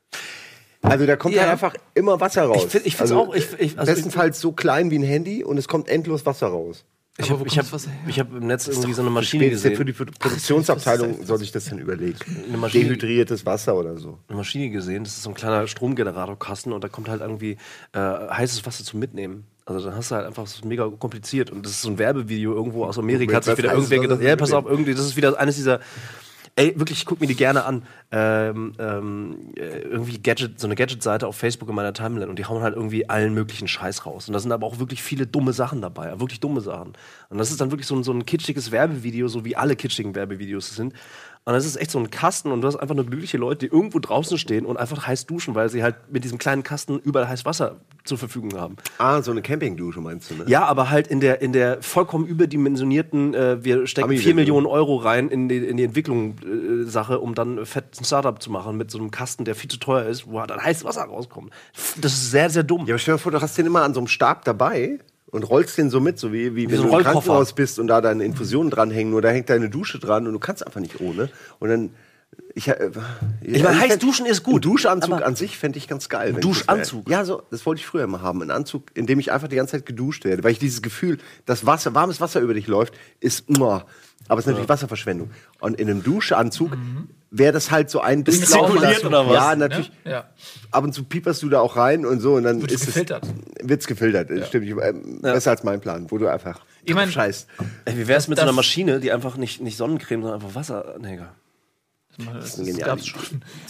Also da kommt Ja. halt einfach immer Wasser raus. Ich find- ich find's also, auch- ich- ich- also bestenfalls so klein wie ein Handy und es kommt endlos Wasser raus. Ich Aber habe wo ich kommt hab, das Wasser her? ich hab im Netz irgendwie so eine Maschine Spätestens gesehen. für die Produktionsabteilung soll ich das dann überlegen. Eine Maschine- Dehydriertes Wasser oder so. eine Maschine gesehen, das ist so ein kleiner Stromgeneratorkasten und da kommt halt irgendwie äh, heißes Wasser zum Mitnehmen. Also dann hast du halt einfach, das ist mega kompliziert und das ist so ein Werbevideo irgendwo aus Amerika, hat sich Was wieder heißt irgendwer das, gedacht, was ja, zum pass auf, Mitnehmen? irgendwie, das ist wieder eines dieser, ey, wirklich, ich guck mir die gerne an, ähm, ähm, äh, irgendwie Gadget, so eine Gadget-Seite auf Facebook in meiner Timeline und die hauen halt irgendwie allen möglichen Scheiß raus und da sind aber auch wirklich viele dumme Sachen dabei, wirklich dumme Sachen. Und das ist dann wirklich so ein, so ein kitschiges Werbevideo, so wie alle kitschigen Werbevideos sind. Und das ist echt so ein Kasten und du hast einfach nur glückliche Leute, die irgendwo draußen stehen und einfach heiß duschen, weil sie halt mit diesem kleinen Kasten überall heiß Wasser zur Verfügung haben. Ah, so eine Campingdusche meinst du, ne? Ja, aber halt in der, in der vollkommen überdimensionierten, äh, wir stecken vier Millionen Euro rein in die, in die Entwicklung äh, Sache, um dann fett ein Startup zu machen mit so einem Kasten, der viel zu teuer ist, wo halt dann heißes Wasser rauskommt. Das ist sehr, sehr dumm. Ja, aber stell dir vor, du hast den immer an so einem Stab dabei und rollst den so mit, so wie, wie, wie wenn so ein du im Rollkoffer. Krankenhaus bist und da deine Infusionen dranhängen oder da hängt deine Dusche dran und du kannst einfach nicht ohne. Und dann Ich, äh, Ich meine, heiß duschen ist gut. Ein Duschanzug aber an sich fände ich ganz geil. wenn Duschanzug? Ich das, ja, so, das wollte ich früher mal haben. Ein Anzug, in dem ich einfach die ganze Zeit geduscht werde. Weil ich dieses Gefühl, dass Wasser, warmes Wasser über dich läuft, ist muah. Aber es ist natürlich ja. Wasserverschwendung. Und in einem Duschanzug mhm. wäre das halt so ein bisschen zirkuliert oder was? Ja, natürlich. Ja? Ja. Ab und zu pieperst du da auch rein und so. Und dann Wird's ist gefiltert. es, wird's gefiltert. Ja. Stimmt. Ähm, ja. Besser als mein Plan, wo du einfach ich mein, scheißt. Ey, wie wär's mit so einer Maschine, die einfach nicht, nicht Sonnencreme, sondern einfach Wasser. Nee, egal. Das, das, das gab's schon.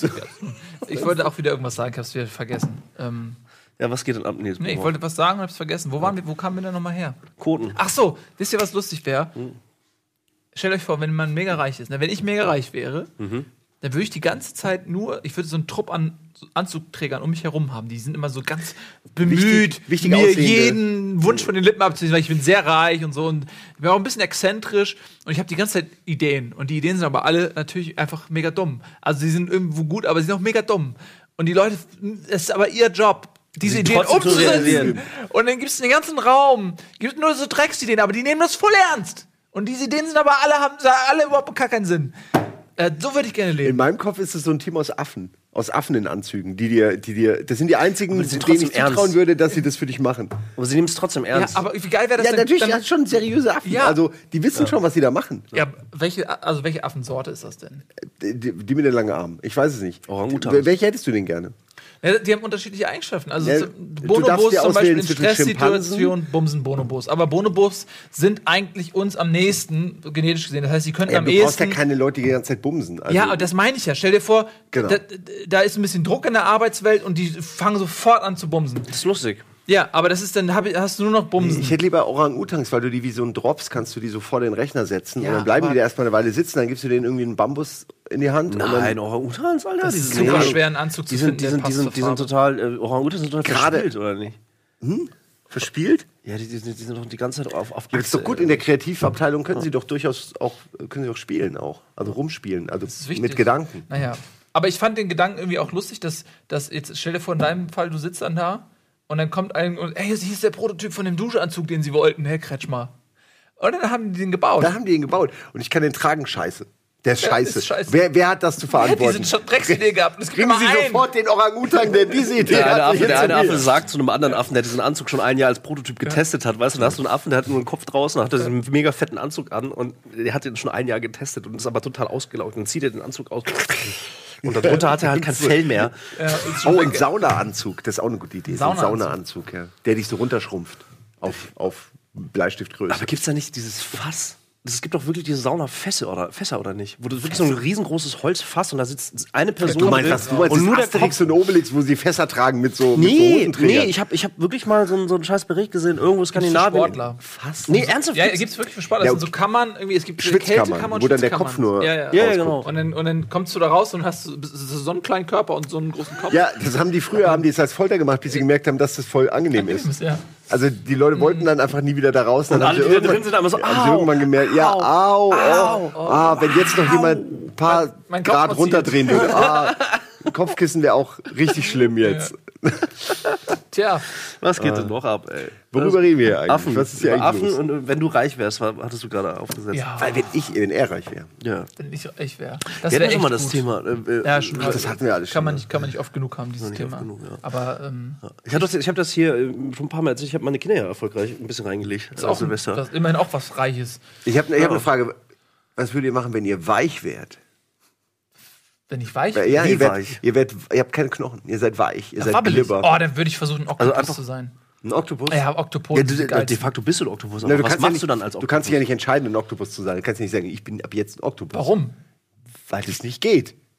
Ich wollte auch wieder irgendwas sagen, ich hab's wieder vergessen. Ähm, ja, was geht denn ab? Nee, nee ich wollte was sagen und hab's vergessen. Wo waren wir, wo kamen wir denn nochmal her? Koten. Ach so, wisst ihr, was lustig wäre? Hm. Stellt euch vor, wenn man mega reich ist. Ne? Wenn ich mega reich wäre, mhm. dann würde ich die ganze Zeit nur, ich würde so einen Trupp an Anzugträgern um mich herum haben. Die sind immer so ganz bemüht, wichtig, wichtig mir aussehende. jeden Wunsch von den Lippen abzuziehen, weil ich bin sehr reich und so. Und ich bin auch ein bisschen exzentrisch und ich habe die ganze Zeit Ideen. Und die Ideen sind aber alle natürlich einfach mega dumm. Also sie sind irgendwo gut, aber sie sind auch mega dumm. Und die Leute, es ist aber ihr Job, diese Sie Ideen trotzdem zu realisieren. umzusetzen. Und dann gibt es den ganzen Raum, gibt nur so Drecksideen, aber die nehmen das voll ernst. Und diese Ideen sind aber alle, haben alle überhaupt gar keinen Sinn. Äh, so würde ich gerne leben. In meinem Kopf ist es so ein Team aus Affen. Aus Affen in Anzügen, die dir, die dir, das sind die einzigen, denen ich zutrauen würde, dass sie das für dich machen. Aber sie nehmen es trotzdem ernst. Ja, aber wie geil wäre das Ja, denn? natürlich, dann, das sind schon seriöse Affen. Ja. Also, die wissen ja. schon, was sie da machen. Ja, welche, also welche Affensorte ist das denn? Die, die mit den langen Armen. Ich weiß es nicht. Orang-Utans. Welche hättest du denn gerne? Ja, die haben unterschiedliche Eigenschaften. Also Ja, Bonobos zum Beispiel in zwischen Stresssituationen bumsen Bonobos. Aber Bonobos sind eigentlich uns am nächsten, genetisch gesehen. Das heißt, sie könnten Ja, am du ehesten... brauchst ja keine Leute, die die ganze Zeit bumsen. Also, ja, aber das meine ich ja. Stell dir vor, Genau. da, da ist ein bisschen Druck in der Arbeitswelt und die fangen sofort an zu bumsen. Das ist lustig. Ja, aber das ist dann, hab, hast du nur noch Bumsen. ich hätte lieber Orang-Utans, weil du die wie so ein Drops kannst du die so vor den Rechner setzen Ja, und dann bleiben aber- die da erstmal eine Weile sitzen, dann gibst du denen irgendwie einen Bambus in die Hand. Nein, und dann, Orang-Utans, Alter. Das die ist sind super ja- schwer, einen Anzug zu Die sind, finden, die der sind, die passt sind, zur die sind Farbe. total, äh, Orang-Utans sind total Gerade- verspielt, oder nicht? verspielt? Ja, die, die, die sind doch die ganze Zeit auf, auf Ja, das ist doch gut, in der Kreativabteilung können sie doch durchaus auch, können sie auch spielen auch. Also rumspielen, also Das ist wichtig. mit Gedanken. Naja. Aber ich fand den Gedanken irgendwie auch lustig, dass, dass jetzt, stell dir vor, in deinem Fall, du sitzt dann da und dann kommt ein und, ey, hier ist der Prototyp von dem Duschanzug, den sie wollten, Herr Kretschmer. Und dann haben die den gebaut. Da haben die ihn gebaut und ich kann den tragen, scheiße. Der ist Ja, scheiße. ist scheiße. Wer, wer hat das zu Wer hat verantworten? diese Drecksidee gehabt? Das Kriegen Sie sofort den Orang-Utan, der diese Idee Der eine, hat. Affe, jetzt der eine zu mir. Affe sagt zu einem anderen Affen, der diesen Anzug schon ein Jahr als Prototyp getestet hat, weißt du, dann hast du einen Affen, der hat nur einen Kopf draußen, hat diesen mega fetten Anzug an und der hat den schon ein Jahr getestet und ist aber total ausgelaugt. Dann zieht er den Anzug aus und darunter hat er halt kein Fell mehr. Ja, ist schon Oh, weg. ein Saunaanzug, das ist auch eine gute Idee. So ein Saunaanzug. Saunaanzug, ja. Der dich so runterschrumpft auf, auf Bleistiftgröße. Aber gibt's da nicht dieses Fass? Es gibt doch wirklich diese Saunafässer oder Fässer oder nicht? Wo du wirklich so ein riesengroßes Holzfass und da sitzt eine Person Du meinst, drin das, du meinst und das nur der Asterix Kopf. und Obelix, wo sie Fässer tragen mit so, mit so Nee, Hosenträgern. nee, ich habe ich hab wirklich mal so, einen- so einen scheiß Bericht gesehen, irgendwo Skandinavien. Sportler. Fast. Nee, ernsthaft? Ja, gibt's- gibt's wirklich für Sportler. Das Ja, sind so Kammern, irgendwie, es gibt Schwitzkammern, Kältekammern, wo dann der Kopf Schwitzkammern. nur Ja, ja. Ja, ja, genau. Und dann, und dann kommst du da raus und hast so so einen kleinen Körper und so einen großen Kopf. Ja, das haben die früher, haben die es als Folter gemacht, bis sie gemerkt haben, dass das voll angenehm ist. Ja. Also die Leute wollten dann einfach nie wieder da raus. Dann Und haben alle, sie die da irgendwann- drin sind, haben so, haben sie au, irgendwann gemerkt, ja, au, au, au, oh, ah, wenn jetzt noch jemand ein paar Mein- mein Kopf Grad massiert. runterdrehen würde. Ah, Kopfkissen wäre auch richtig schlimm jetzt. Tja, Was geht denn noch ab, ey? Worüber reden wir hier eigentlich? Affen. Was ist hier Über eigentlich Affen los? und äh, wenn du reich wärst, war- hattest du gerade aufgesetzt. ja, Weil wenn ich, wenn er reich wäre. Ja. wenn ich ich wäre. Das Wir wäre hatten schon mal echt das gut. Thema. äh, äh, Ja, schon mal. Das hatten wir alles kann schon, man ja. nicht, kann man nicht oft genug haben, dieses nicht Thema. oft genug, ja. Aber ähm, Ich habe das, ich hab das hier äh, schon ein paar Mal erzählt. Ich habe meine Kinder ja erfolgreich ein bisschen reingelegt. ist auch ein, Silvester. das ist immerhin auch was Reiches. Ich habe ich Ja. hab eine Frage. Was würdet ihr machen, wenn ihr weich wärt? Wenn ich weich Ja, Wie ihr, werdet, weich? ihr, werdet, ihr habt keine Knochen. Ihr seid weich. Ihr seid wabbelig. glibber. Oh, dann würde ich versuchen, Oktopus Also einfach- zu sein. Ein Oktopus? Ja, Oktopus. Ja, sind du, die de geilsten. facto bist du ein Oktopus. Na, Aber du was kannst machst ja nicht, du dann als Du Oktopus? kannst dich ja nicht entscheiden, ein Oktopus zu sein. Du kannst ja nicht sagen, ich bin ab jetzt ein Oktopus. Warum? Weil das nicht geht.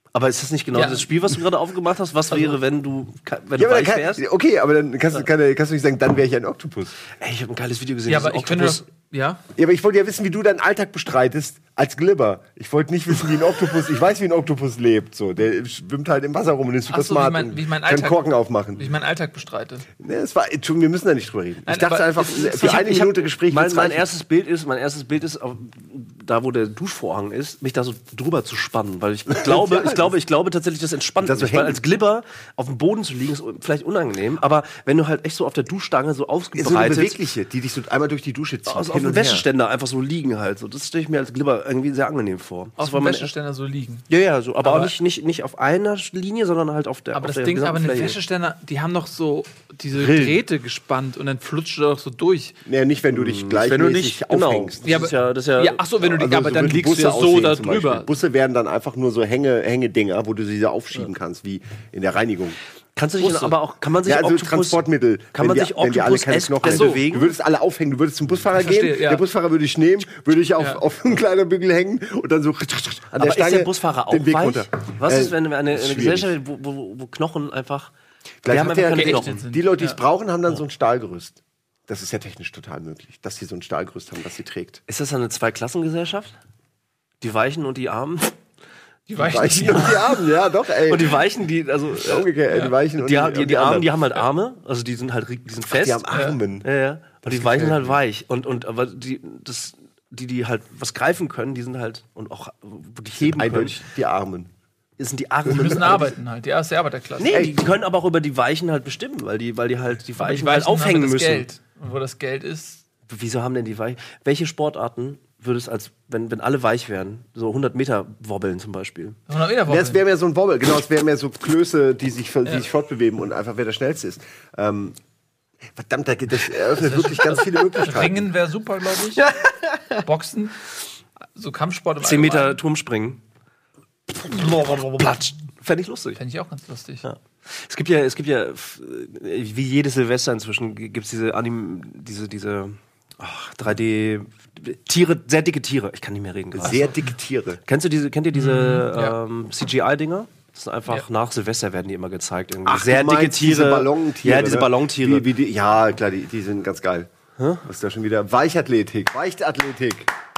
Aber ist das nicht genau Ja. das Spiel, was du gerade aufgemacht hast? Was wäre, wenn du, wenn Ja, du aber weich dann wärst? kann, okay, aber dann kannst, du- kann, kannst du nicht sagen, dann wäre ich ein Oktopus. Ey, ich habe ein geiles Video gesehen. Ja, das aber ist ich könnte Oktopus. doch, ja. Ja, aber ich wollte ja wissen, wie du deinen Alltag bestreitest als Glibber. Ich wollte nicht wissen, wie ein Oktopus, ich weiß, wie ein Oktopus lebt. So. Der schwimmt halt im Wasser rum und ist super Ach so, wie smart mein- und wie ich meinen kann Alltag- Korken aufmachen. Wie ich meinen Alltag bestreite. Nee, es war, Entschuldigung, wir müssen da nicht drüber reden. Nein, ich dachte aber einfach, es ist- für ich hab- eine Ich hab- Minute Gespräch Mein, wird's mein reichen. erstes Bild ist, mein erstes Bild ist, auf, da wo der Duschvorhang ist, mich da so drüber zu spannen, weil ich glaube, Ja, ich glaube, ich glaube tatsächlich, das entspannt Das so mich, weil hängen. als Glibber auf dem Boden zu liegen ist vielleicht unangenehm, aber wenn du halt echt so auf der Duschstange so so eine ausgebreitet, bewegliche, die dich so einmal durch die Dusche zieht. also auf hin dem und her. Wäscheständer einfach so liegen halt, so das stelle ich mir als Glibber irgendwie sehr angenehm vor. Das Auf war dem mein- Wäscheständer so liegen. Ja, ja, so, aber, Aber- auch nicht, nicht, nicht auf einer Linie, sondern halt auf der Aber auf das der Ding ist, aber gesamten eine Fläche. Wäscheständer, die haben doch so diese Rillen. Drähte gespannt und dann flutscht du doch so durch. Nee, nicht, wenn du dich Wenn gleichmäßig du nicht, genau, aufhängst. das ist ja, das ist ja, Ja, ach so, wenn du die, Also, aber so dann würden liegst du Busse ja so aussehen da zum Beispiel. drüber. Busse werden dann einfach nur so Hänge, Hängedinger, wo du sie da aufschieben kannst, wie in der Reinigung. kannst du dich Busse. aber auch, kann man sich Ja, also Oktopus- Transportmittel. kann wenn man wir, sich wenn wir alle keine Oktopus-esk Knochen denn hätten. bewegen? Du würdest alle aufhängen, du würdest zum Busfahrer Ich verstehe, gehen, ja. der Busfahrer würde ich nehmen, würde ich auf, Ja. auf einen kleinen Bügel hängen und dann so an der Aber Stange ist der Busfahrer auch den Weg weich? runter. Was Äh, ist, wenn wir eine, eine schwierig. Gesellschaft, wo, wo, wo Knochen einfach. Vielleicht wir haben hat einfach der- keine geächtet Knochen. sind. Die Leute, die es Ja. brauchen, haben dann so ein Stahlgerüst. Das ist ja technisch total möglich, dass sie so ein Stahlgerüst haben, das sie trägt. Ist das eine Zweiklassengesellschaft? Die Weichen und die Armen? Die Weichen Weichen, und die Armen, ja doch, ey. Und die Weichen, die, also. Äh, Umgekehrt, ey, die Weichen und die, die, die, die Armen, anderen. die haben halt Arme, also die sind halt ri- die sind fest. Die haben Armen. Ja, ja. Und die Weichen sind gefällt halt mir. weich. Und, und aber die, das, die, die halt was greifen können, die sind halt und auch wirklich heben können, Eindeutig die Armen. sind die Armen. die müssen arbeiten halt, die erste Arbeiterklasse. Nee, die können aber auch über die Weichen halt bestimmen, weil die, weil die halt die Die Weichen, Weichen halt aufhängen haben das müssen. Geld. Und wo das Geld ist, Wieso haben denn die Weichen? Welche Sportarten würde es als, wenn, wenn alle weich wären, so hundert Meter wobbeln zum Beispiel? hundert Meter Ja, es Wobbeln. wäre mehr so ein Wobble, genau, es wäre mehr so Klöße, die sich, die sich fortbewegen und einfach wer der Schnellste ist. Ähm, verdammt, das eröffnet wirklich ganz viele Möglichkeiten. Ringen wäre super, glaube ich. Boxen, so Kampfsport im zehn Meter Allgemeinen. Turmspringen. Platsch. Platsch. Fände ich lustig. Fände ich auch ganz lustig. Ja. Es gibt ja, es gibt ja, f- wie jedes Silvester inzwischen, gibt es diese Anim, diese, diese ach, drei D Tiere, sehr dicke Tiere. Ich kann nicht mehr reden gerade. Sehr dicke Tiere. Kennst du diese, kennt ihr diese ja. ähm, C G I-Dinger? Das sind einfach Ja. nach Silvester werden die immer gezeigt. Irgendwie. Ach, sehr du dicke meinst Tiere. Diese Ballontiere. Ja, diese ne? Ballontiere. Wie, wie die, ja, klar, die, die sind ganz geil. Was ist da schon wieder? Weichathletik, Weichtathletik.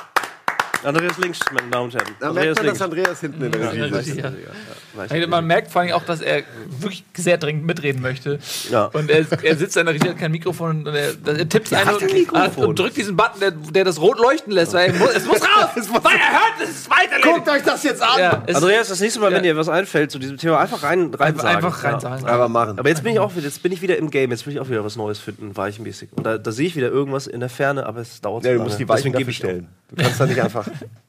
Andreas links, meine Damen und Herren. Da merkt man, dass Andreas hinten in der Regie Ja, sitzt. ja. Weiß Also man merkt vor allem auch, dass er wirklich sehr dringend mitreden möchte. Ja. Und er, er sitzt in der Regie, hat kein Mikrofon und er, er tippt ein hat und, ein Mikrofon. und drückt diesen Button, der, der das rot leuchten lässt, weil er muss, es muss raus! weil er hört, es ist weiterleben! Guckt euch das jetzt an! Ja, es, Andreas, das nächste Mal, wenn Ja. dir was einfällt zu diesem Thema, einfach rein, rein einfach, sagen. einfach rein Ja. sagen. Aber machen. Aber jetzt bin ich auch wieder, jetzt bin ich wieder im Game, jetzt will ich auch wieder was Neues finden, weichmäßig. Und da, da sehe ich wieder irgendwas in der Ferne, aber es dauert Ja, so du lange. musst die Weichen Deswegen dafür gebe ich stellen. Du kannst da nicht einfach.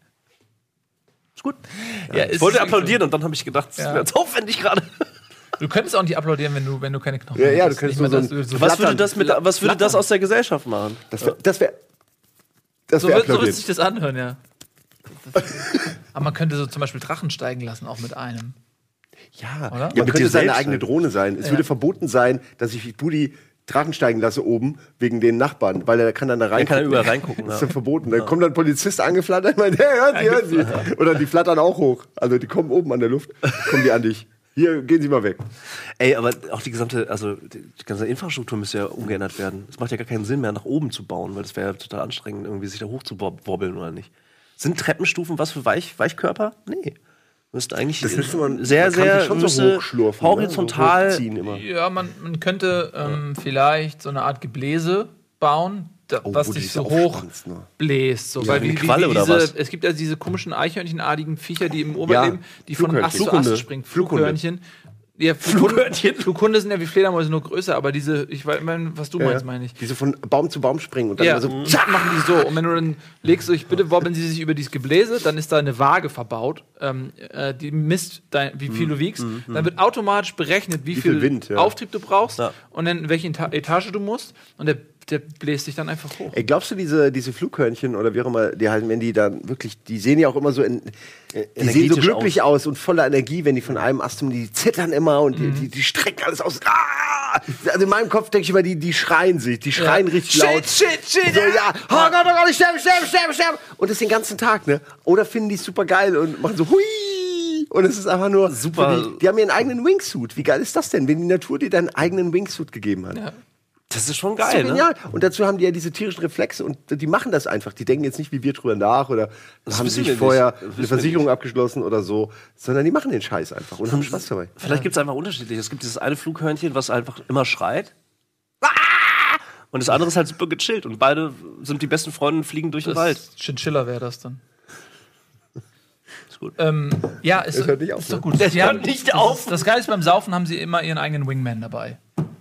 Ist gut. Ja, Ich es wollte ist applaudieren und dann habe ich gedacht, das Ja. ist mir jetzt aufwendig gerade. Du könntest auch nicht applaudieren, wenn du, wenn du keine Knochen Ja, ja, hättest. du könntest Nicht nur mehr, so dass ein- du Was würde Flattern. das, mit, was würde das aus der Gesellschaft machen? Das wäre. Das wäre. Das So wär wird, so wird applaudiert. sich das anhören, ja. Aber man könnte so zum Beispiel Drachen steigen lassen, auch mit einem. Ja, Oder? ja mit man könnte dir seine selbst eigene halt. Drohne sein. Es Ja. würde verboten sein, dass ich Budi Drachen steigen lasse oben wegen den Nachbarn, weil er kann dann da rein. Er kann da überall reingucken. Das ist Ja. ja verboten. Dann kommt dann ein Polizist angeflattert und meint, hey, hören Sie, hören Sie. Oder die flattern auch hoch. Also die kommen oben an der Luft, kommen die an dich. Hier, gehen Sie mal weg. Ey, aber auch die gesamte, also die ganze Infrastruktur müsste ja umgeändert werden. Es macht ja gar keinen Sinn mehr, nach oben zu bauen, weil das wäre ja total anstrengend, irgendwie sich da hoch zu wob- wobbeln oder nicht. Sind Treppenstufen was für Weich Weichkörper? Nee. Müsste eigentlich Das müsste man- sehr, man kann sich sehr schon so müsste hochschlurfen, ne? horizontal. So hochziehen immer. Ja, man, man könnte ähm, vielleicht so eine Art Gebläse bauen, da, Oh, was wo du dich dich so aufspannst, hoch ne? bläst. So. Ja, Weil wie wie, eine wie, Qualle wie oder diese, was? Es gibt ja diese komischen Eichhörnchenartigen Viecher, die im Urwald Ja, leben, die von Flughörnchen. Ast zu Flughunde. Ast springen. Flughunde. Flughörnchen. Ja, Flughörnchen. Flughunde sind ja wie Fledermäuse, nur größer, aber diese, ich weiß, was du Ja, meinst, ja. meine ich. Die so von Baum zu Baum springen und dann Ja, immer so. so machen die so. Und wenn du dann legst, du, ich bitte wobbeln sie sich über dieses Gebläse, dann ist da eine Waage verbaut, ähm, äh, die misst, dein, wie viel du wiegst. Dann wird automatisch berechnet, wie, viel viel, Wind, ja. Auftrieb du brauchst Ja. und dann in welche Eta- Etage du musst. Und der, der bläst dich dann einfach hoch. Ey, glaubst du, diese, diese Flughörnchen oder wie auch immer, die halt, wenn die dann wirklich, die sehen ja auch immer so, in, die sehen so energetisch glücklich aus. und voller Energie, wenn die von einem Ast, die zittern immer und die, die, die strecken alles aus. Ah! Also in meinem Kopf denke ich immer, die, die schreien sich, die schreien richtig laut. Shit, shit, shit! So, ja, oh Gott, oh Gott, ich sterbe, sterbe, sterbe, sterbe. Und das den ganzen Tag, ne? Oder finden die super geil und machen so hui Und es ist einfach nur Super. Die, die haben ihren eigenen Wingsuit. Wie geil ist das denn, wenn die Natur dir deinen eigenen Wingsuit gegeben hat? Ja. Das ist schon Das ist geil, so ne? genial. Und dazu haben die ja diese tierischen Reflexe und die machen das einfach. Die denken jetzt nicht wie wir drüber nach oder Das haben wissen sich wir vorher nicht. Das wissen eine wir Versicherung nicht. abgeschlossen oder so, sondern die machen den Scheiß einfach und haben Spaß dabei. Vielleicht gibt es einfach unterschiedlich. Es gibt dieses eine Flughörnchen, was einfach immer schreit. Und das andere ist halt super gechillt. Und beide sind die besten Freunde und fliegen durch den Wald. Das Chinchilla wäre das dann. Ist gut. Ähm, ja, ist, Das hört nicht auf, ist doch ne? gut. Das Die hört haben- nicht das auf. Ist, das Geile ist, beim Saufen haben sie immer ihren eigenen Wingman dabei.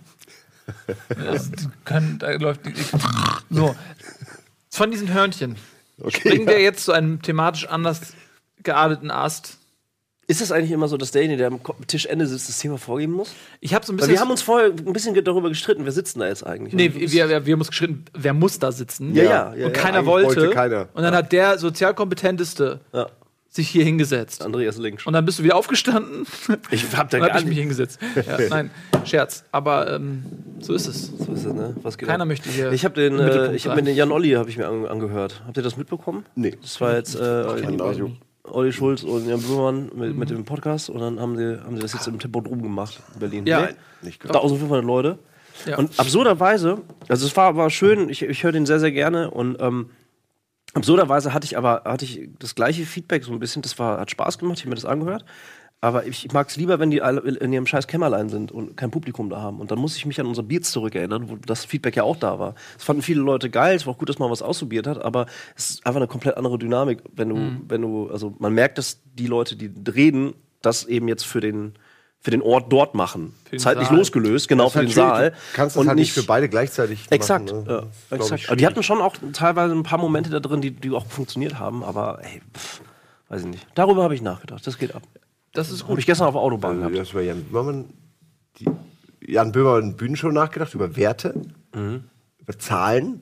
Das, die können, da läuft so. Von diesen Hörnchen Okay, springen wir ja. jetzt zu einem thematisch anders gearteten Ast. Ist es eigentlich immer so, dass derjenige, der am Ko- Tischende sitzt, das Thema vorgeben muss? Ich habe so ein Weil bisschen. wir haben uns vorher ein bisschen darüber gestritten. Wer sitzt denn da jetzt eigentlich? Nee, Und du wir, bist- wir, wir haben uns geschritten, wer muss da sitzen? Ja, ja, ja, und ja, keiner eigentlich wollte. wollte keiner. Und dann hat der sozialkompetenteste Ja. sich hier hingesetzt. Andreas links. Und dann bist du wieder aufgestanden. Ich hab da Und dann gar hab ich mich nicht. hingesetzt. Ja, nein, Scherz. Aber ähm, so ist es. So ist es, ne? Was geht Keiner ab? möchte hier. Ich habe den, im äh, Mittelpunkt ich hab sein. mir den Jan Olli habe ich mir an, angehört. Habt ihr das mitbekommen? Nee. Das war jetzt äh, Jan Olli. Olli Schulz und Jan Böhmermann mit, mit dem Podcast und dann haben sie, haben sie das jetzt im Tempodrom gemacht in Berlin. Ja. Nee? Nicht gehört. eintausendfünfhundert Leute. Ja. Und absurderweise, also es war, war schön, ich, ich höre den sehr, sehr gerne und ähm, absurderweise hatte ich aber hatte ich das gleiche Feedback so ein bisschen, das war, hat Spaß gemacht, ich habe mir das angehört. Aber ich, ich mag es lieber, wenn die alle in ihrem scheiß Kämmerlein sind und kein Publikum da haben. Und dann muss ich mich an unser Beats zurückerinnern, wo das Feedback ja auch da war. Es fanden viele Leute geil, es war auch gut, dass man was ausprobiert hat, aber es ist einfach eine komplett andere Dynamik, wenn du, Mhm. wenn du, also man merkt, dass die Leute, die reden, das eben jetzt für den, für den Ort dort machen. den Zeitlich Saal. losgelöst, genau, für den Natürlich, Saal. Du kannst das halt nicht für beide gleichzeitig Exakt, machen. Ne? ja, Das ist, glaub exakt. ich, Aber die hatten schon auch teilweise ein paar Momente da drin, die, die auch funktioniert haben, aber ey, pff, weiß ich nicht. Darüber habe ich nachgedacht, das geht ab. Das ist Habe gut. ich gestern auf der Autobahn Also, du gehabt. hast über Jan Böhmermann, die, Jan Böhmermann Bühnenshow nachgedacht, über Werte, Mhm. über Zahlen.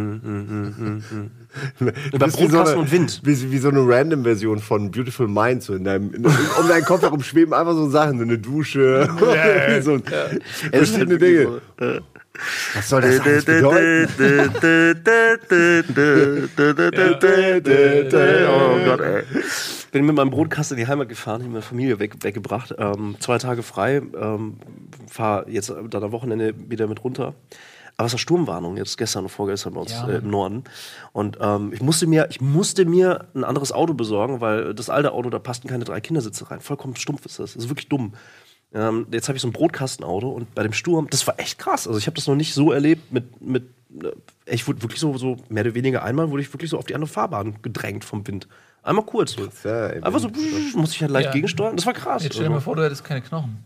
Über Du bist wie Brotkasten so eine, und Wind. Wie, wie so eine Random-Version von Beautiful Mind. So in deinem, in, um deinen Kopf herum schweben einfach so Sachen, so eine Dusche, so ein, verschiedene Dinge. Was soll das alles bedeuten? Oh Gott, ey. Bin mit meinem Brotkasten in die Heimat gefahren, hab meine Familie weg, weggebracht. Ähm, zwei Tage frei, ähm, fahr jetzt dann am Wochenende wieder mit runter. Aber es war Sturmwarnung, jetzt gestern und vorgestern bei uns Ja. äh, im Norden. Und ähm, ich, musste mir, ich musste mir ein anderes Auto besorgen, weil das alte Auto, da passten keine drei Kindersitze rein. Vollkommen stumpf ist das. Das ist wirklich dumm. Ähm, jetzt habe ich so ein Brotkastenauto und bei dem Sturm, das war echt krass. Also ich habe das noch nicht so erlebt mit, mit äh, ich wurde wirklich so, so mehr oder weniger einmal wurde ich wirklich so auf die andere Fahrbahn gedrängt vom Wind. Einmal kurz. So. Ja, eben. Einfach so, musste ich halt leicht Ja. gegensteuern. Das war krass. Jetzt stell dir mal Also, vor, du hättest keine Knochen.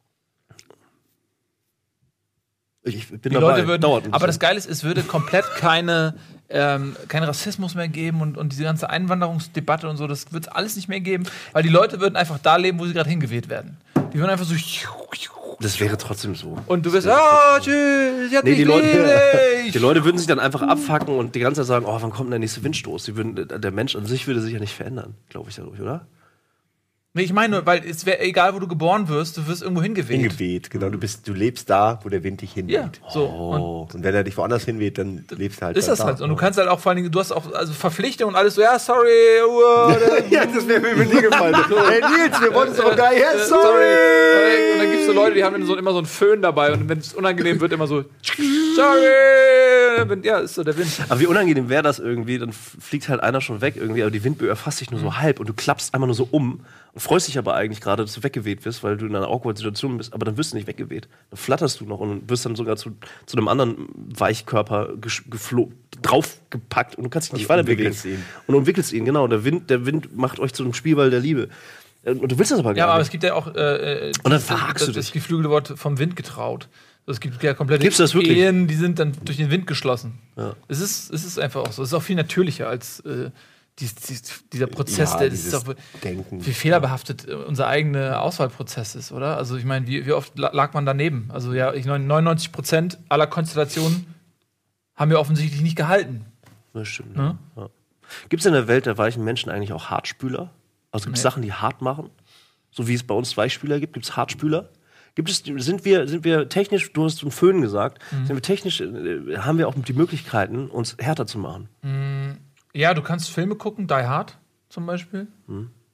ich bin Die dabei. Leute würden, Dauert ein aber das bisschen. Geile ist, es würde komplett keine, ähm, keinen Rassismus mehr geben und, und diese ganze Einwanderungsdebatte und so, das wird es alles nicht mehr geben, weil die Leute würden einfach da leben, wo sie gerade hingeweht werden. Die würden einfach so Das wäre trotzdem so. und du wirst, ah, tschüss, ich hab Nee, dich die Leute, lieb. die Leute würden sich dann einfach abfacken und die ganze Zeit sagen, oh, wann kommt denn der nächste Windstoß? Sie würden, der Mensch an sich würde sich ja nicht verändern, glaube ich dadurch, oder? Nee, ich meine, weil es wäre egal, wo du geboren wirst, du wirst irgendwo hingeweht. Hingeweht, genau. Du, bist, du lebst da, wo der Wind dich hinweht. Ja, so. Und Oh. Und wenn er dich woanders hinweht, dann lebst du halt ist das da. halt so. Und du kannst halt auch vor allen Dingen, du hast auch also Verpflichtungen und alles so, ja, sorry, uh, Ja, das wäre mir über nie gefallen. Hey Nils, wir wollten es doch gar nicht. Ja, Äh, sorry. Und dann gibt es so Leute, die haben dann so, immer so einen Föhn dabei und wenn es unangenehm wird, immer so, sorry. Und dann, ja, ist so der Wind. Aber wie unangenehm wäre das irgendwie, dann f- fliegt halt einer schon weg irgendwie, aber die Windböe erfasst dich nur so halb und du klappst einmal nur so um und freust dich aber eigentlich gerade, dass du weggeweht wirst, weil du in einer awkward Situation bist, aber dann wirst du nicht weggeweht. Dann flatterst du noch und wirst dann sogar zu, zu einem anderen Weichkörper gesch- geflo- draufgepackt und du kannst dich nicht Und weiter bewegen. umwickelst ihn. Und umwickelst ihn, genau. Der Wind, der Wind macht euch zu einem Spielball der Liebe. Und du willst das aber gar Ja, aber es nicht. gibt ja auch äh, äh, Und dann das, verhakst das, du das dich. geflügelte Wort vom Wind getraut. Es gibt ja komplette Gibt's das wirklich? Ehen, die sind dann durch den Wind geschlossen. Ja. Es, ist, es ist einfach auch so. Es ist auch viel natürlicher als äh, dies, dies, dieser Prozess, Ja, der das ist dieses doch Denken. wie fehlerbehaftet äh, unser eigener Auswahlprozess ist, oder? Also ich meine, wie, wie oft la- lag man daneben? Also ja, ich meine, neunundneunzig Prozent aller Konstellationen haben wir offensichtlich nicht gehalten. Das stimmt. Ne? Ja. Gibt es in der Welt der weichen Menschen eigentlich auch Hartspüler? Also gibt es Nee. Sachen, die hart machen? So wie es bei uns Weichspüler gibt, gibt es Hartspüler? Gibt es, sind wir, sind wir technisch, du hast einen Föhn gesagt, sind wir technisch, äh, haben wir auch die Möglichkeiten, uns härter zu machen? Ja, du kannst Filme gucken, Die Hard zum Beispiel.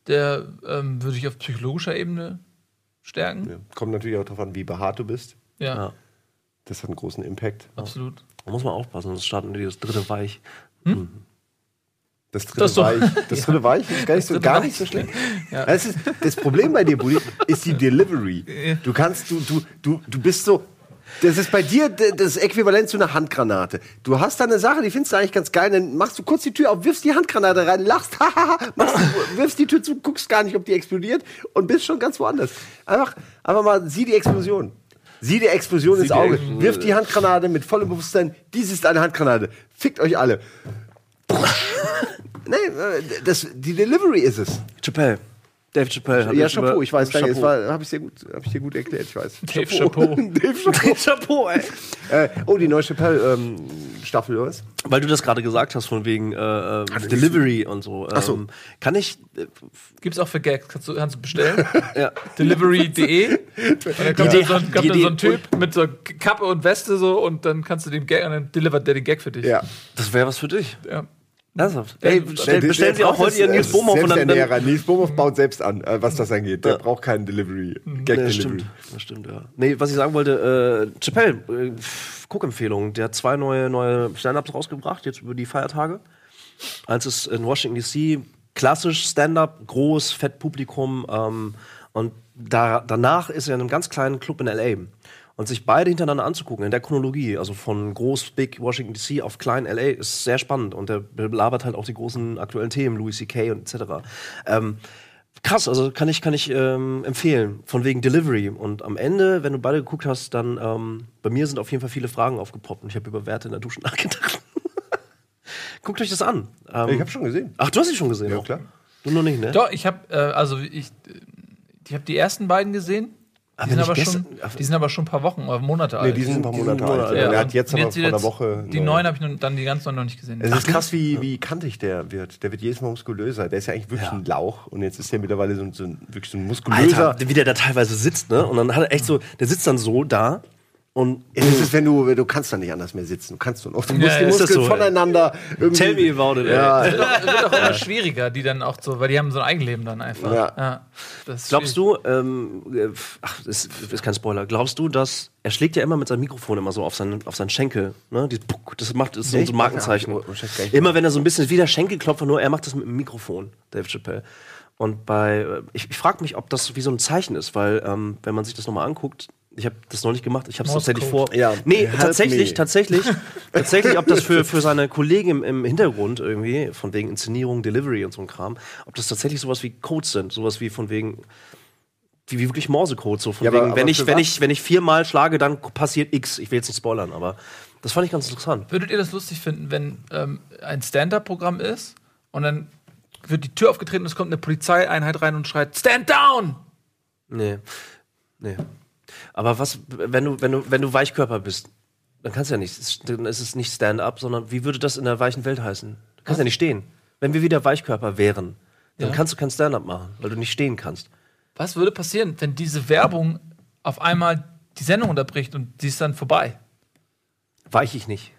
der ähm, würde ich auf psychologischer Ebene stärken. Ja. Kommt natürlich auch darauf an, wie behaart du bist. Ja, Ja. Das hat einen großen Impact. absolut. Da muss man aufpassen, sonst starten die das dritte Weich. Das dritte Das ist doch- Weich, das dritte Weich ist gar nicht so, dritte gar Weich. nicht so schlecht. Ja. Das, ist, das Problem bei dir, Bulli, ist die Delivery. Du kannst, du, du, du, du bist so. Das ist bei dir d- das Äquivalent zu einer Handgranate. Du hast da eine Sache, die findest du eigentlich ganz geil, dann machst du kurz die Tür auf, wirfst die Handgranate rein, lachst, hahaha, machst du, wirfst die Tür zu, guckst gar nicht, ob die explodiert und bist schon ganz woanders. Einfach, einfach mal, sieh die Explosion. Sieh die Explosion ins die Auge. Explosion. Wirf die Handgranate mit vollem Bewusstsein. Dies ist eine Handgranate. Fickt euch alle. Nee, äh, das, die Delivery ist es. Chappelle. Dave Chappelle. hat Ja, jetzt Chapeau, über- ich weiß, danke, Chapeau. das habe ich dir gut, habe ich dir gut erklärt, ich weiß. Dave Chapeau. Dave Chapeau. Chapeau, ey. äh, oh, die neue Chappelle-Staffel, oder was? Weil du das gerade gesagt hast, von wegen äh, äh, Delivery und so. Ähm, Ach so. Kann ich. Äh, Gibt's auch für Gags, kannst du, kannst du bestellen. ja. Delivery punkt de und dann kommt, Idee da so, ein- hat- kommt die da so ein Idee- Typ mit so Kappe und Weste so und dann kannst du den Gag und dann delivert der den Gag für dich. Ja. Das wäre was für dich. Ja. Ernsthaft. Ey, Der- bestell, Der- bestellen der Sie auch braucht heute das, Ihren äh, Nils Bohmhoff und dann. dann Selbsternährer. Nils Bohmhoff baut selbst an, äh, was das angeht. Der Ja. braucht keinen Delivery. Gag Nee, Delivery. das stimmt. Das stimmt, ja. Nee, was ich sagen wollte, äh, Chappelle, äh, pff, Guckempfehlung. Der hat zwei neue, neue Stand-Ups rausgebracht, jetzt über die Feiertage. Eins ist in Washington D C, klassisch Stand-Up, groß, fett Publikum. Ähm, und da, danach ist er in einem ganz kleinen Club in L A. Und sich beide hintereinander anzugucken, in der Chronologie, also von groß, big Washington D C auf klein L A, ist sehr spannend. Und der belabert halt auch die großen aktuellen Themen, Louis C K und et cetera. Ähm, krass, also kann ich, kann ich ähm, empfehlen, von wegen Delivery. Und am Ende, wenn du beide geguckt hast, dann, ähm, bei mir sind auf jeden Fall viele Fragen aufgepoppt und ich habe über Werte in der Dusche nachgedacht. Guckt euch das an. Ähm, Ich habe schon gesehen. ach, du hast sie schon gesehen? Ja, auch? klar. Du noch nicht, ne? Doch, ich habe äh, also ich, ich habe die ersten beiden gesehen. Die sind, nicht aber gestern- schon, die sind aber schon ein paar Wochen oder Monate Nee, alt. die sind ein paar die sind Monate Monate alt. alt. Er hat und jetzt aber jetzt vor einer jetzt Woche. Die neuen habe ich nun, dann die ganz neuen noch nicht gesehen. Es ist krass, wie, wie kantig der wird. Der wird jedes Mal muskulöser. Der ist ja eigentlich wirklich Ja. ein Lauch. Und jetzt ist er mittlerweile so, ein- so ein, wirklich so ein muskulöser. Alter, wie der da teilweise sitzt, ne? Und dann hat er echt so, der sitzt dann so da und Es ist, wenn du, du kannst dann nicht anders mehr sitzen. Du kannst nur noch. Du musst Ja, die ist das Muskeln so, ey? voneinander irgendwie. Tell me about it, ey. Ja. Es wird auch, es wird auch immer schwieriger, die dann auch so, weil die haben so ein Eigenleben dann einfach. Ja. Das ist Glaubst du, ähm, äh, ach, das ist kein Spoiler, glaubst du, dass er schlägt ja immer mit seinem Mikrofon immer so auf seinen, auf seinen Schenkel, ne? Dieses Puck, das macht das ist so, Echt? so ein Markenzeichen. Ja, ich- ich- ich- ich- Immer wenn er so ein bisschen wie der Schenkelklopfer, nur er macht das mit dem Mikrofon, Dave Chappelle. Und bei, äh, ich, ich frage mich, ob das wie so ein Zeichen ist, weil ähm, wenn man sich das nochmal anguckt, ich habe das noch nicht gemacht, ich habe es Morse tatsächlich Code. vor. Ja. Nee, Help tatsächlich, me. tatsächlich, tatsächlich, ob das für, für seine Kollegen im, im Hintergrund irgendwie, von wegen Inszenierung, Delivery und so ein Kram, ob das tatsächlich sowas wie Codes sind, sowas wie von wegen, wie, wie wirklich Morse-Code, so von Ja, aber- wegen, aber wenn ich, für wenn was? ich, wenn ich viermal schlage, dann passiert X. Ich will jetzt nicht spoilern, aber das fand ich ganz interessant. Würdet ihr das lustig finden, wenn ähm, ein Stand-Up-Programm ist und dann wird die Tür aufgetreten und es kommt eine Polizeieinheit rein und schreit Stand down! Nee. Nee. Aber was, wenn du, wenn du, wenn du Weichkörper bist, dann kannst du ja nicht, es- dann ist es nicht Stand-up, sondern wie würde das in der weichen Welt heißen? Du kannst ja nicht stehen. Wenn wir wieder Weichkörper wären, dann Ja. kannst du kein Stand-up machen, weil du nicht stehen kannst. Was würde passieren, wenn diese Werbung auf einmal die Sendung unterbricht und sie ist dann vorbei? Weich ich nicht.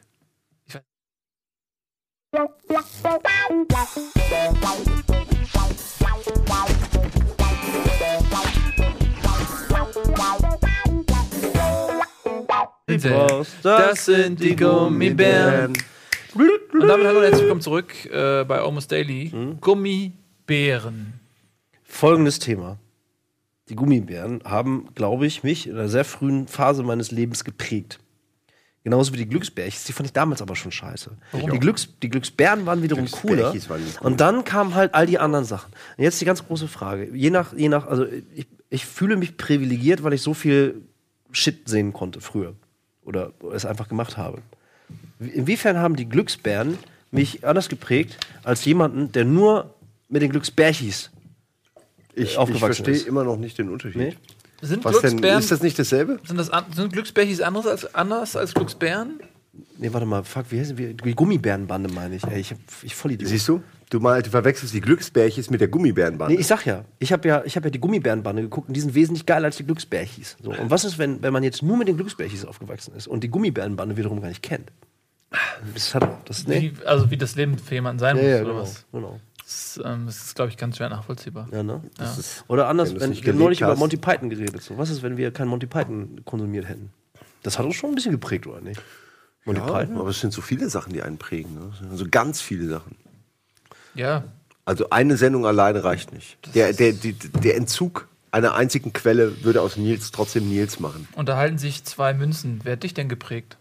Das sind die Gummibären. Und damit hallo und herzlich willkommen zurück äh, bei Almost Daily. Gummibären. Folgendes Thema. Die Gummibären haben, glaube ich, mich in einer sehr frühen Phase meines Lebens geprägt. Genauso wie die Glücksbärchis. Die fand ich damals aber schon scheiße. Die, Glücks, die Glücksbären waren wiederum cooler. Glücksbärchis waren cool. Und dann kamen halt all die anderen Sachen. Und jetzt die ganz große Frage. Je nach, je nach, also ich, ich fühle mich privilegiert, weil ich so viel Shit sehen konnte früher. Oder es einfach gemacht habe. Inwiefern haben die Glücksbären mich anders geprägt als jemanden, der nur mit den Glücksbärchis Ich, ich aufgewachsen verstehe ist? immer noch nicht den Unterschied. Nee? Sind Was denn? Glücksbären, Ist das nicht dasselbe? sind, das an, sind Glücksbärchis anders als, anders als Glücksbären? Nee, warte mal, fuck, wie heißen wir? Die Gummibärenbande meine ich. Ey, ich hab ich voll Idiot. Siehst du? Du, mal, du verwechselst die Glücksbärchis mit der Gummibärenbande. Nee, ich sag ja, ich habe ja, ich hab ja die Gummibärenbande geguckt und die sind wesentlich geiler als die Glücksbärchis. So, und was ist, wenn, wenn man jetzt nur mit den Glücksbärchis aufgewachsen ist und die Gummibärenbande wiederum gar nicht kennt? Das hat das, nee. Wie, also wie das Leben für jemanden sein Ja, muss, ja, oder genau, was? genau. Das, ähm, das ist, glaube ich, ganz schwer nachvollziehbar. Ja, ne? Ja. ist, Oder anders, wenn wenn, du's nicht wir haben neulich gelebt über hast. Monty Python geredet. So. Was ist, wenn wir kein Monty Python konsumiert hätten? Das hat uns schon ein bisschen geprägt, oder nicht? Monty Ja, Python? aber es sind so viele Sachen, die einen prägen. Ne? Also ganz viele Sachen. Ja. Also eine Sendung alleine reicht nicht. Der, der, die, der Entzug einer einzigen Quelle würde aus Nils trotzdem Nils machen. Und da halten sich zwei Münzen. Wer hat dich denn geprägt?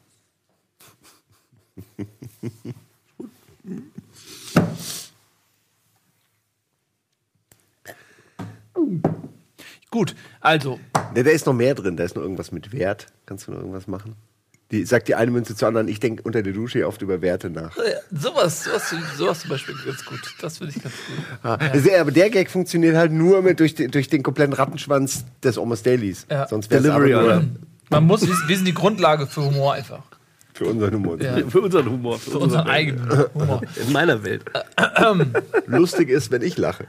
Gut, also, Ne, da ist noch mehr drin. Da ist noch irgendwas mit Wert. Kannst du noch irgendwas machen? Die sagt die eine Münze zur anderen, ich denke unter der Dusche oft über Werte nach. äh, sowas, sowas, sowas zum Beispiel ganz gut. Das finde ich ganz gut. Ah, sehr, aber der Gag funktioniert halt nur mit durch, den- durch den kompletten Rattenschwanz des Almost Dailies. Ja. Sonst wäre es Delivery, aber nur Alter. Man muss, wir wir sind die Grundlage für Humor einfach. für unseren Humor. Ja. Für unseren Humor. Für, Für unseren eigenen Humor. In meiner Welt. Lustig ist, wenn ich lache.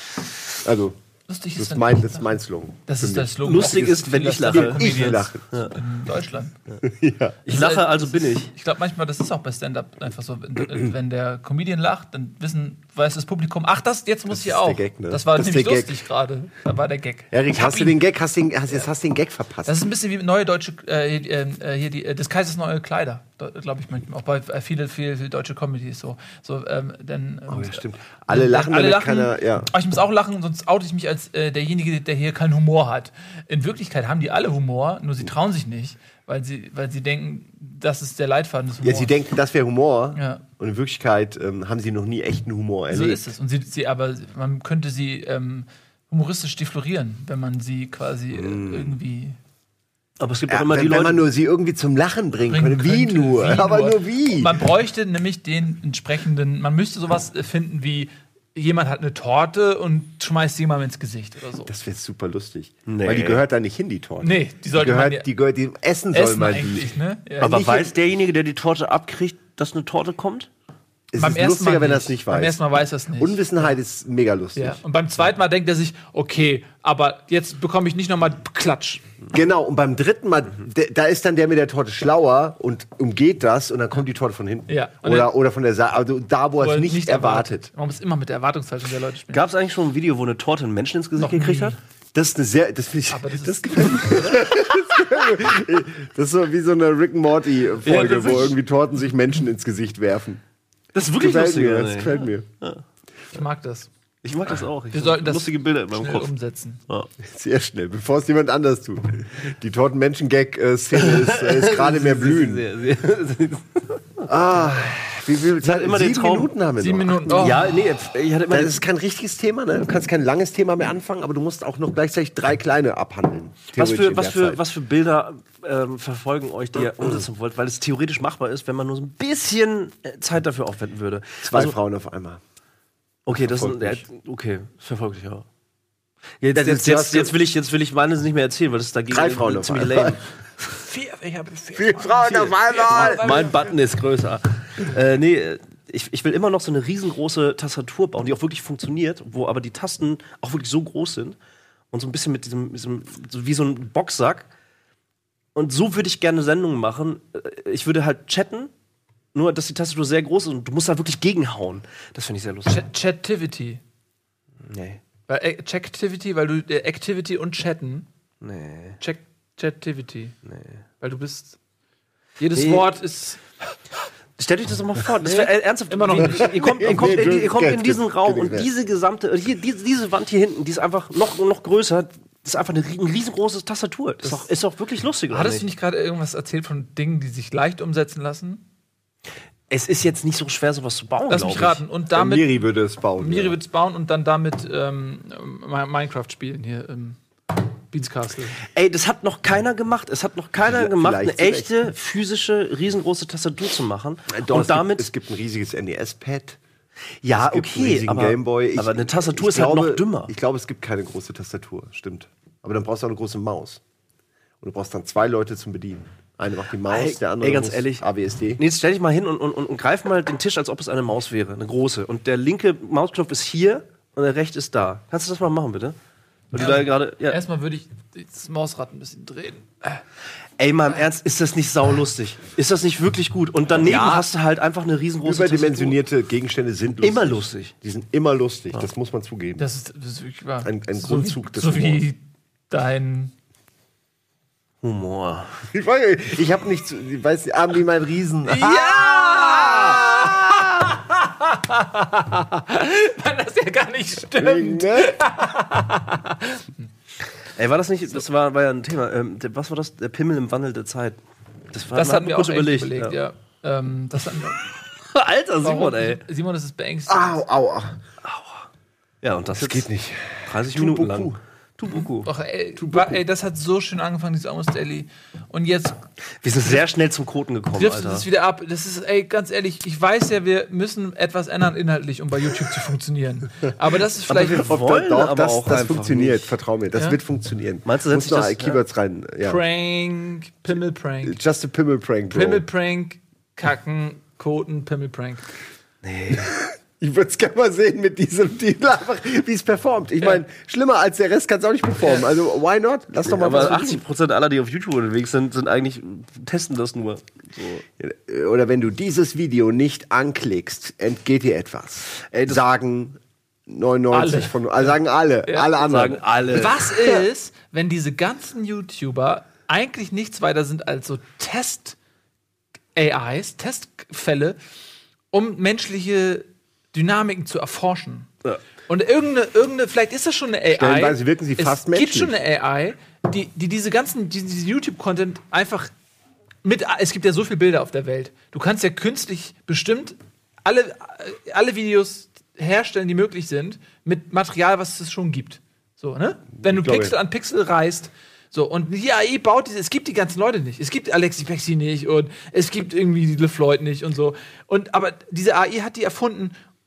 Also, Lustig das ist, ist wenn mein, ich das ist lache. mein Slogan. Das Für ist mich. der Slogan. Lustig ist, wenn ich lache. Ich lache. In Deutschland. Ich lache, also bin ich. Ich glaube manchmal, das ist auch bei Stand-Up einfach so, wenn, wenn der Comedian lacht, dann wissen, weiß das Publikum, ach, das, jetzt muss Das ich ist auch. der Gag, ne? Das war Das ist nämlich der Gag. lustig gerade. Da war der Gag. Erik, Ich hab hast du ihn. den Gag, hast den, hast, jetzt hast du den Gag verpasst. Das ist ein bisschen wie neue deutsche, äh, äh, hier die, äh, des Kaisers neue Kleider, glaube ich manchmal. Auch bei äh, viele, viele, viele deutsche Comedies so. so ähm, denn, oh, und, ja, stimmt. Alle lachen, alle damit lachen. keiner, ja. Aber ich muss auch lachen, sonst oute ich mich als äh, derjenige, der hier keinen Humor hat. In Wirklichkeit haben die alle Humor, nur sie trauen sich nicht, weil sie, weil sie denken, das ist der Leitfaden des Humors. Ja, sie denken, das wäre Humor. Ja. Und in Wirklichkeit ähm, haben sie noch nie echten Humor erlebt. So ist es. Und sie, sie, aber man könnte sie ähm, humoristisch deflorieren, wenn man sie quasi äh, irgendwie Aber es gibt Ja, auch immer wenn, die wenn Leute. man nur sie irgendwie zum Lachen bringen, bringen könnte. Wie könnte. nur? Wie Aber nur wie? Man bräuchte nämlich den entsprechenden, man müsste sowas äh, finden wie jemand hat eine Torte und schmeißt sie mal ins Gesicht oder so. Das wäre super lustig. Nee. Weil die gehört da nicht hin, die Torte. Nee, die sollte die man gehört, ja die gehört, die essen soll essen man die. eigentlich, ne? Ja. Aber nicht weiß derjenige, der die Torte abkriegt, dass eine Torte kommt? Es Beim ist ersten lustiger, Mal wenn er nicht. es nicht Beim weiß. ersten Mal weiß er es nicht. Unwissenheit ist mega lustig. Ja. Und beim zweiten Mal denkt er sich, okay, aber jetzt bekomme ich nicht nochmal Klatsch. Genau, und beim dritten Mal, de, da ist dann der mit der Torte schlauer und umgeht das und dann kommt die Torte von hinten. Ja. Und Oder, dann- oder von der Seite, also da, wo er Wo es er nicht, erwartet. Man muss immer mit der Erwartungshaltung der Leute spielen. Gab es eigentlich schon ein Video, wo eine Torte einen Menschen ins Gesicht Noch gekriegt nie. hat? Das ist eine sehr, das finde ich, Aber das das, ist- gefällt mir. Das ist so wie so eine Rick and Morty Folge, Ja, das wo ist- irgendwie Torten sich Menschen ins Gesicht werfen. Das ist wirklich Gefällt lustig. mir, oder das nicht? gefällt mir. Ich mag das. Ich mag das auch. Ich Wir so sollten das lustige Bilder in meinem schnell Kopf. umsetzen. Ja. Sehr schnell, bevor es jemand anders tut. Die Torten-Menschen-Gag-Szene ist, äh, ist gerade mehr blühen. Sehr, sehr, sehr. Ah, wie viel Zeit? immer den Sieben Traum- Minuten haben wir Sieben noch. Minuten. Oh. Ja, nee, ich hatte immer. Das ist kein richtiges Thema, ne? Du kannst kein langes Thema mehr anfangen, aber du musst auch noch gleichzeitig drei kleine abhandeln. Was Theoretisch für, in was, der für, Zeit. was für Bilder ähm, verfolgen euch, die ihr umsetzen wollt, weil es theoretisch machbar ist, wenn man nur so ein bisschen äh, Zeit dafür aufwenden würde. Zwei Also, Frauen auf einmal. okay, das ist ein, verfolgt ja, okay, das verfolgt dich ja. Jetzt, Das ist- jetzt, du jetzt, hast- jetzt, will ich, jetzt will ich meines nicht mehr erzählen, weil das ist dagegen Drei Frauen auf ziemlich einmal. lame. Vier, ich habe vier. Vier Frauen auf einmal! Mein Button ist größer. äh, nee, äh, ich, ich will immer noch so eine riesengroße Tastatur bauen, die auch wirklich funktioniert, wo aber die Tasten auch wirklich so groß sind und so ein bisschen mit diesem, diesem so wie so ein Boxsack. Und so würde ich gerne Sendungen machen. Äh, Ich würde halt chatten, nur dass die Tastatur sehr groß ist und du musst da wirklich gegenhauen. Das finde ich sehr lustig. Chat Chativity. Nee, Weil, äh, Checktivity, weil du äh, Activity und Chatten. nee, Check Chativity. nee. Weil du bist. Jedes Nee. Wort ist. Stellt euch das doch mal vor. Das wär, äh, ernsthaft, Immer noch wie- nicht. Ihr kommt, ihr kommt, Nee, in, ihr kommt in geht, diesen geht, Raum geht und nicht. diese gesamte, hier, diese, diese Wand hier hinten, die ist einfach noch, noch größer. Das ist einfach eine, rie- ein riesengroße Tastatur. Das ist doch, ist doch wirklich lustig, oder Hattest du nicht? nicht gerade irgendwas erzählt von Dingen, die sich leicht umsetzen lassen? Es ist jetzt nicht so schwer, sowas zu bauen, Lass glaub mich ich. raten. Und Der damit. Miri würde es bauen. Miri ja. wird es bauen und dann damit ähm, Mi- Minecraft spielen hier im Beans Castle. Ey, das hat noch keiner gemacht. Es hat noch keiner Vielleicht gemacht, eine zurecht. echte, physische, riesengroße Tastatur zu machen. Doch, und es damit. Gibt, es gibt ein riesiges N E S-Pad. ja, Es gibt einen okay, riesigen aber, Gameboy. Ich- aber eine Tastatur ich ist halt glaube, noch dümmer. Ich glaube, es gibt keine große Tastatur. Stimmt. Aber dann brauchst du auch eine große Maus. Und du brauchst dann zwei Leute zum Bedienen. Eine macht die Maus, Ey, der andere ey, ganz muss ehrlich. A W S D. Nee, jetzt stell dich mal hin und, und, und, und greif mal den Tisch, als ob es eine Maus wäre. Eine große. Und der linke Mausknopf ist hier und der rechte ist da. Kannst du das mal machen, bitte? Weil du da gerade. Ja. Erstmal würde ich das Mausrad ein bisschen drehen. Ey, mal im Ernst, ist das nicht saulustig? Ist das nicht wirklich gut? Und daneben Ja. hast du halt einfach eine riesengroße Überdimensionierte Gegenstände sind lustig. Immer lustig. Die sind immer lustig, das muss man zugeben. Das ist, das ist wirklich wahr. Ein- ein so Grundzug wie, des So wie Humors. dein. Humor. Ich, weiß- ich habe nicht, zu- ich weiß, Arm wie mein Riesen. Weil das ja gar nicht stimmt. Ne? Ey, war das nicht, das war, war ja ein Thema. Ähm, der, was war das? Der Pimmel im Wandel der Zeit. Das, war, Das man hatten hat wir kurz auch überlegt, überlegt. überlegt ja. Ähm, das hatten wir. Alter, Simon, Warum? ey. Simon, das ist beängstigend. Au, au, au. Ja, und das, Das jetzt geht nicht. dreißig Minuten Tubuku. lang. Tubuku. Ach, ey, war, ey, das hat so schön angefangen, dieses Almost Daily. Und jetzt Wir sind sehr schnell zum Koten gekommen, driftet Alter. es wieder ab. Das ist, ey, ganz ehrlich, ich weiß ja, wir müssen etwas ändern inhaltlich, um bei YouTube zu funktionieren. Aber das ist vielleicht wir Ob wollen das, doch, aber das, auch das einfach funktioniert, nicht. vertrau mir, das Ja? wird funktionieren. Meinst du, Muss setzt noch sich das- Keywords rein? Ja. Prank, Pimmel-Prank. Just a Pimmel-Prank, Bro. Pimmel-Prank, Kacken, Koten, Pimmel-Prank. Ich würde es gerne mal sehen mit diesem Titel, einfach wie es performt. Ich meine, schlimmer als der Rest kann es auch nicht performen. Also, why not? Lass doch mal was Aber versuchen. achtzig Prozent aller, die auf YouTube unterwegs sind, sind eigentlich, testen das nur. So. Oder wenn du dieses Video nicht anklickst, entgeht dir etwas. Sagen neunundneunzig Alle. von, also sagen alle, alle anderen. Sagen alle. Was ist, wenn diese ganzen YouTuber eigentlich nichts weiter sind als so Test-A Is, Testfälle, um menschliche Dynamiken zu erforschen? Ja. Und irgendeine, irgendeine, vielleicht ist das schon eine A I. Stellenweise wirken sie fast Es gibt menschlich. schon eine A I, die, die diese ganzen, die, diesen YouTube-Content einfach mit, es gibt ja so viele Bilder auf der Welt. Du kannst ja künstlich bestimmt alle, alle Videos herstellen, die möglich sind, mit Material, was es schon gibt. So, ne? Wenn du Ich glaube, Pixel an Pixel reißt, so, und die A I baut diese, es gibt die ganzen Leute nicht. Es gibt Alexi Pexi nicht und es gibt irgendwie die LeFloid nicht und so. Und, aber diese A I hat die erfunden,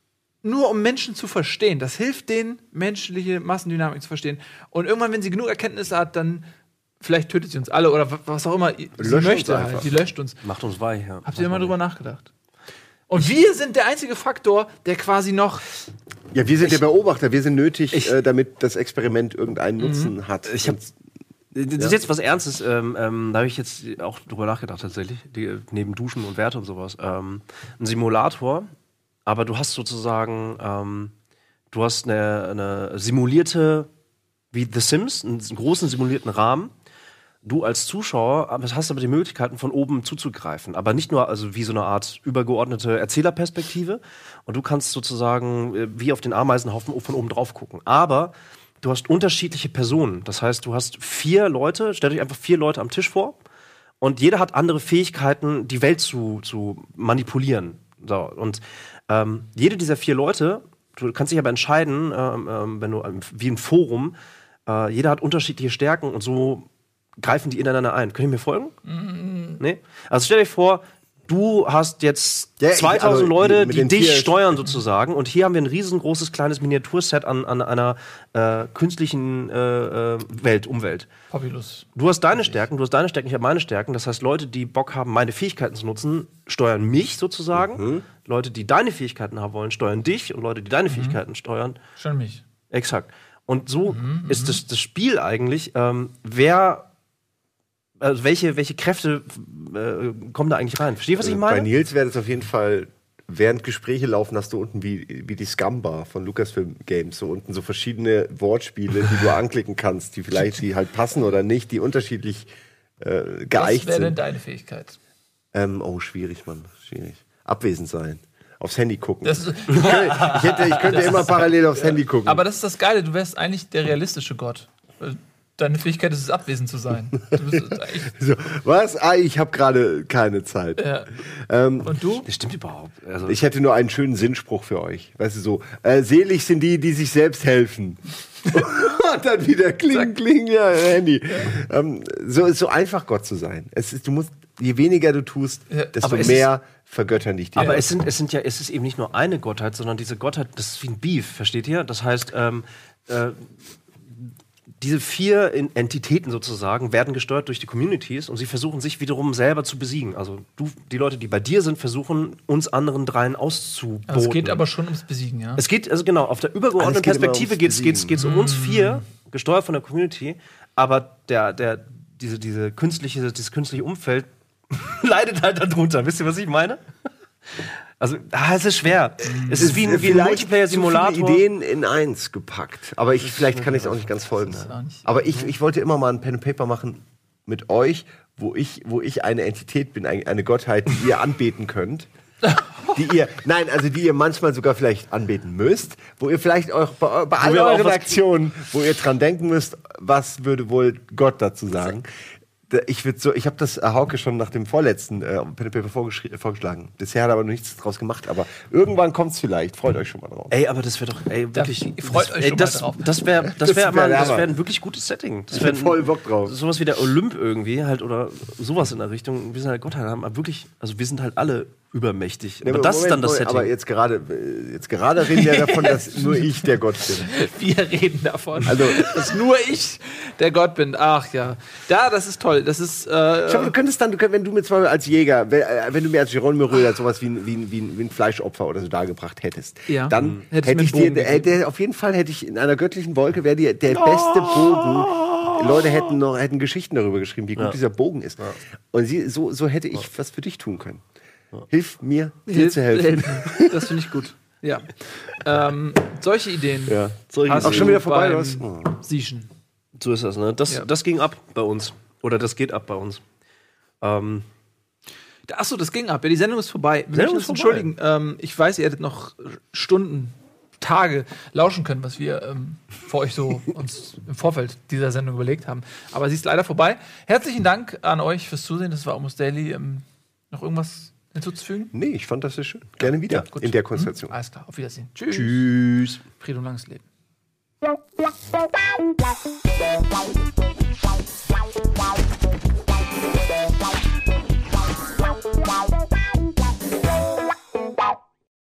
nur um Menschen zu verstehen. Das hilft denen, menschliche Massendynamik zu verstehen. Und irgendwann, wenn sie genug Erkenntnisse hat, dann vielleicht tötet sie uns alle oder wa- was auch immer sie Löscht möchte uns halt. einfach. Die löscht uns. Macht uns weich, ja. Habt ihr immer drüber nachgedacht? Und wir sind der einzige Faktor, der quasi noch. Ja, wir sind der Beobachter, wir sind nötig, äh, damit das Experiment irgendeinen Nutzen hat. Ich hab- Das ist jetzt was Ernstes. Ähm, ähm, da habe ich jetzt auch drüber nachgedacht, tatsächlich. Die, neben Duschen und Werte und sowas. Ähm, ein Simulator, aber du hast sozusagen, ähm, du hast eine, eine simulierte, wie The Sims, einen großen simulierten Rahmen. Du als Zuschauer hast aber die Möglichkeiten, von oben zuzugreifen. Aber nicht nur also wie so eine Art übergeordnete Erzählerperspektive. Und du kannst sozusagen äh, wie auf den Ameisenhaufen von oben drauf gucken. Aber du hast unterschiedliche Personen. Das heißt, du hast vier Leute, stell dich einfach vier Leute am Tisch vor. Und jeder hat andere Fähigkeiten, die Welt zu, zu manipulieren. So, und ähm, jede dieser vier Leute, du kannst dich aber entscheiden, ähm, ähm, wenn du ähm, wie ein Forum, äh, jeder hat unterschiedliche Stärken und so greifen die ineinander ein. Könnt ihr mir folgen? Mm. Nee? Also stell dir vor, du hast jetzt Ja, ich- zweitausend also, Leute, mit die den dich vier- steuern sozusagen. Und hier haben wir ein riesengroßes kleines Miniaturset an, an einer äh, künstlichen äh, äh, Welt, Umwelt. Populus. Du hast deine Stärken, du hast deine Stärken, ich habe meine Stärken. Das heißt, Leute, die Bock haben, meine Fähigkeiten zu nutzen, steuern mich sozusagen. Mhm. Leute, die deine Fähigkeiten haben wollen, steuern dich. Und Leute, die Mhm. deine Fähigkeiten steuern, Schon mich. exakt. Und so ist das, das Spiel eigentlich, ähm, wer, also welche, welche Kräfte äh, kommen da eigentlich rein? Verstehst du, was ich Äh, Bei meine? Nils wäre das auf jeden Fall, während Gespräche laufen, hast du unten wie, wie die Scumbar von Lucasfilm Games, so unten so verschiedene Wortspiele, die du anklicken kannst, die vielleicht die halt passen oder nicht, die unterschiedlich äh, geeicht Was wäre denn sind. deine Fähigkeit? Ähm, oh, schwierig, Mann, schwierig. Abwesend sein. Aufs Handy gucken. Das ist, ich, hätte, ich könnte immer parallel aufs Handy gucken. aber das ist das Geile, du wärst eigentlich der realistische Gott. Deine Fähigkeit ist es, abwesend zu sein. Du bist eigentlich, so, was? Ah, ich habe gerade keine Zeit. ja. Ähm, Und du? Das stimmt überhaupt. Also, Ich hätte nur einen schönen Sinnspruch für euch. Weißt du, so, äh, selig sind die, die sich selbst helfen. Und dann wieder kling, kling, ja, Handy. Ähm, so ist so einfach, Gott zu sein. Es ist, du musst, je weniger du tust, Ja, desto aber es mehr vergöttern dich die. aber Leute. es sind, es sind ja, es ist eben nicht nur eine Gottheit, sondern diese Gottheit, das ist wie ein Beef, versteht ihr? Das heißt, ähm, äh, diese vier In- Entitäten sozusagen werden gesteuert durch die Communities und sie versuchen sich wiederum selber zu besiegen. Also du, die Leute, die bei dir sind, versuchen uns anderen dreien auszuboten. Also es geht aber schon ums Besiegen, ja? Es geht, also genau, auf der übergeordneten Alles geht immer Perspektive ums geht es geht's, geht's um uns vier, gesteuert von der Community, aber der, der, diese, diese künstliche, dieses künstliche Umfeld leidet halt darunter. Wisst ihr, was ich meine? Also, ah, es ist schwer. Es ist wie ein, wie ein Multiplayer-Simulator. Zu viele Ideen in eins gepackt. Aber ich, vielleicht kann ich es auch nicht ganz folgen. Aber ich, ich wollte immer mal ein Pen and Paper machen mit euch, wo ich, wo ich eine Entität bin, eine Gottheit, die ihr anbeten könnt. Die ihr, nein, also die ihr manchmal sogar vielleicht anbeten müsst, wo ihr vielleicht auch bei, bei all euren Aktionen, wo ihr dran denken müsst, was würde wohl Gott dazu sagen. Ich würde so, ich habe das Hauke schon nach dem vorletzten äh, Pen and Paper vorgeschlagen. Bisher hat er aber noch nichts draus gemacht, aber irgendwann kommt's vielleicht. Freut euch schon mal drauf. Ey, aber das wäre doch, ey, wirklich. Da, freut das, euch ey, schon das, mal drauf. Das wäre, das wäre wär, das wäre ein wirklich gutes Setting. Das ich wär voll Bock drauf. Sowas wie der Olymp irgendwie halt oder sowas in der Richtung. Wir sind halt Gottheit haben, aber wirklich, also wir sind halt alle übermächtig. Aber ja, das Moment, ist dann das Setting. Aber jetzt gerade, jetzt gerade reden wir davon, dass nur ich der Gott bin. Wir reden davon, also, dass nur ich der Gott bin. Ach ja. Da, das ist toll. Das ist. Äh, ich glaube, du könntest dann, du könnt, wenn du mir zum Beispiel als Jäger, wenn, wenn du mir als Geronimo Röder sowas wie ein, wie, ein, wie, ein, wie ein Fleischopfer oder so dargebracht hättest, ja. dann mhm. hätte ich dir, hätte, auf jeden Fall hätte ich in einer göttlichen Wolke, wäre dir der oh. beste Bogen. Leute hätten noch hätten Geschichten darüber geschrieben, wie gut ja. dieser Bogen ist. Ja. Und sie, so, so hätte ich ja. was für dich tun können. Hilf mir, dir Hilf, zu helfen. Das finde ich gut. Ja. Ähm, solche Ideen. Ja. Solche Auch schon wieder vorbei, was? Oh. Siechen. So ist das, ne? Das, ja. das ging ab bei uns. Oder das geht ab bei uns. Ähm. Achso, das ging ab. Ja, die Sendung ist vorbei. Wir Sendung müssen uns entschuldigen. Ähm, ich weiß, ihr hättet noch Stunden, Tage lauschen können, was wir ähm, für euch so uns im Vorfeld dieser Sendung überlegt haben. Aber sie ist leider vorbei. Herzlichen Dank an euch fürs Zusehen. Das war Almost Daily. Ähm, noch irgendwas hinzuzufügen? Nee, ich fand das sehr schön. Gerne wieder ja, in der Konstellation. Mhm. Alles klar, auf Wiedersehen. Tschüss. Tschüss. Frieden und langes Leben.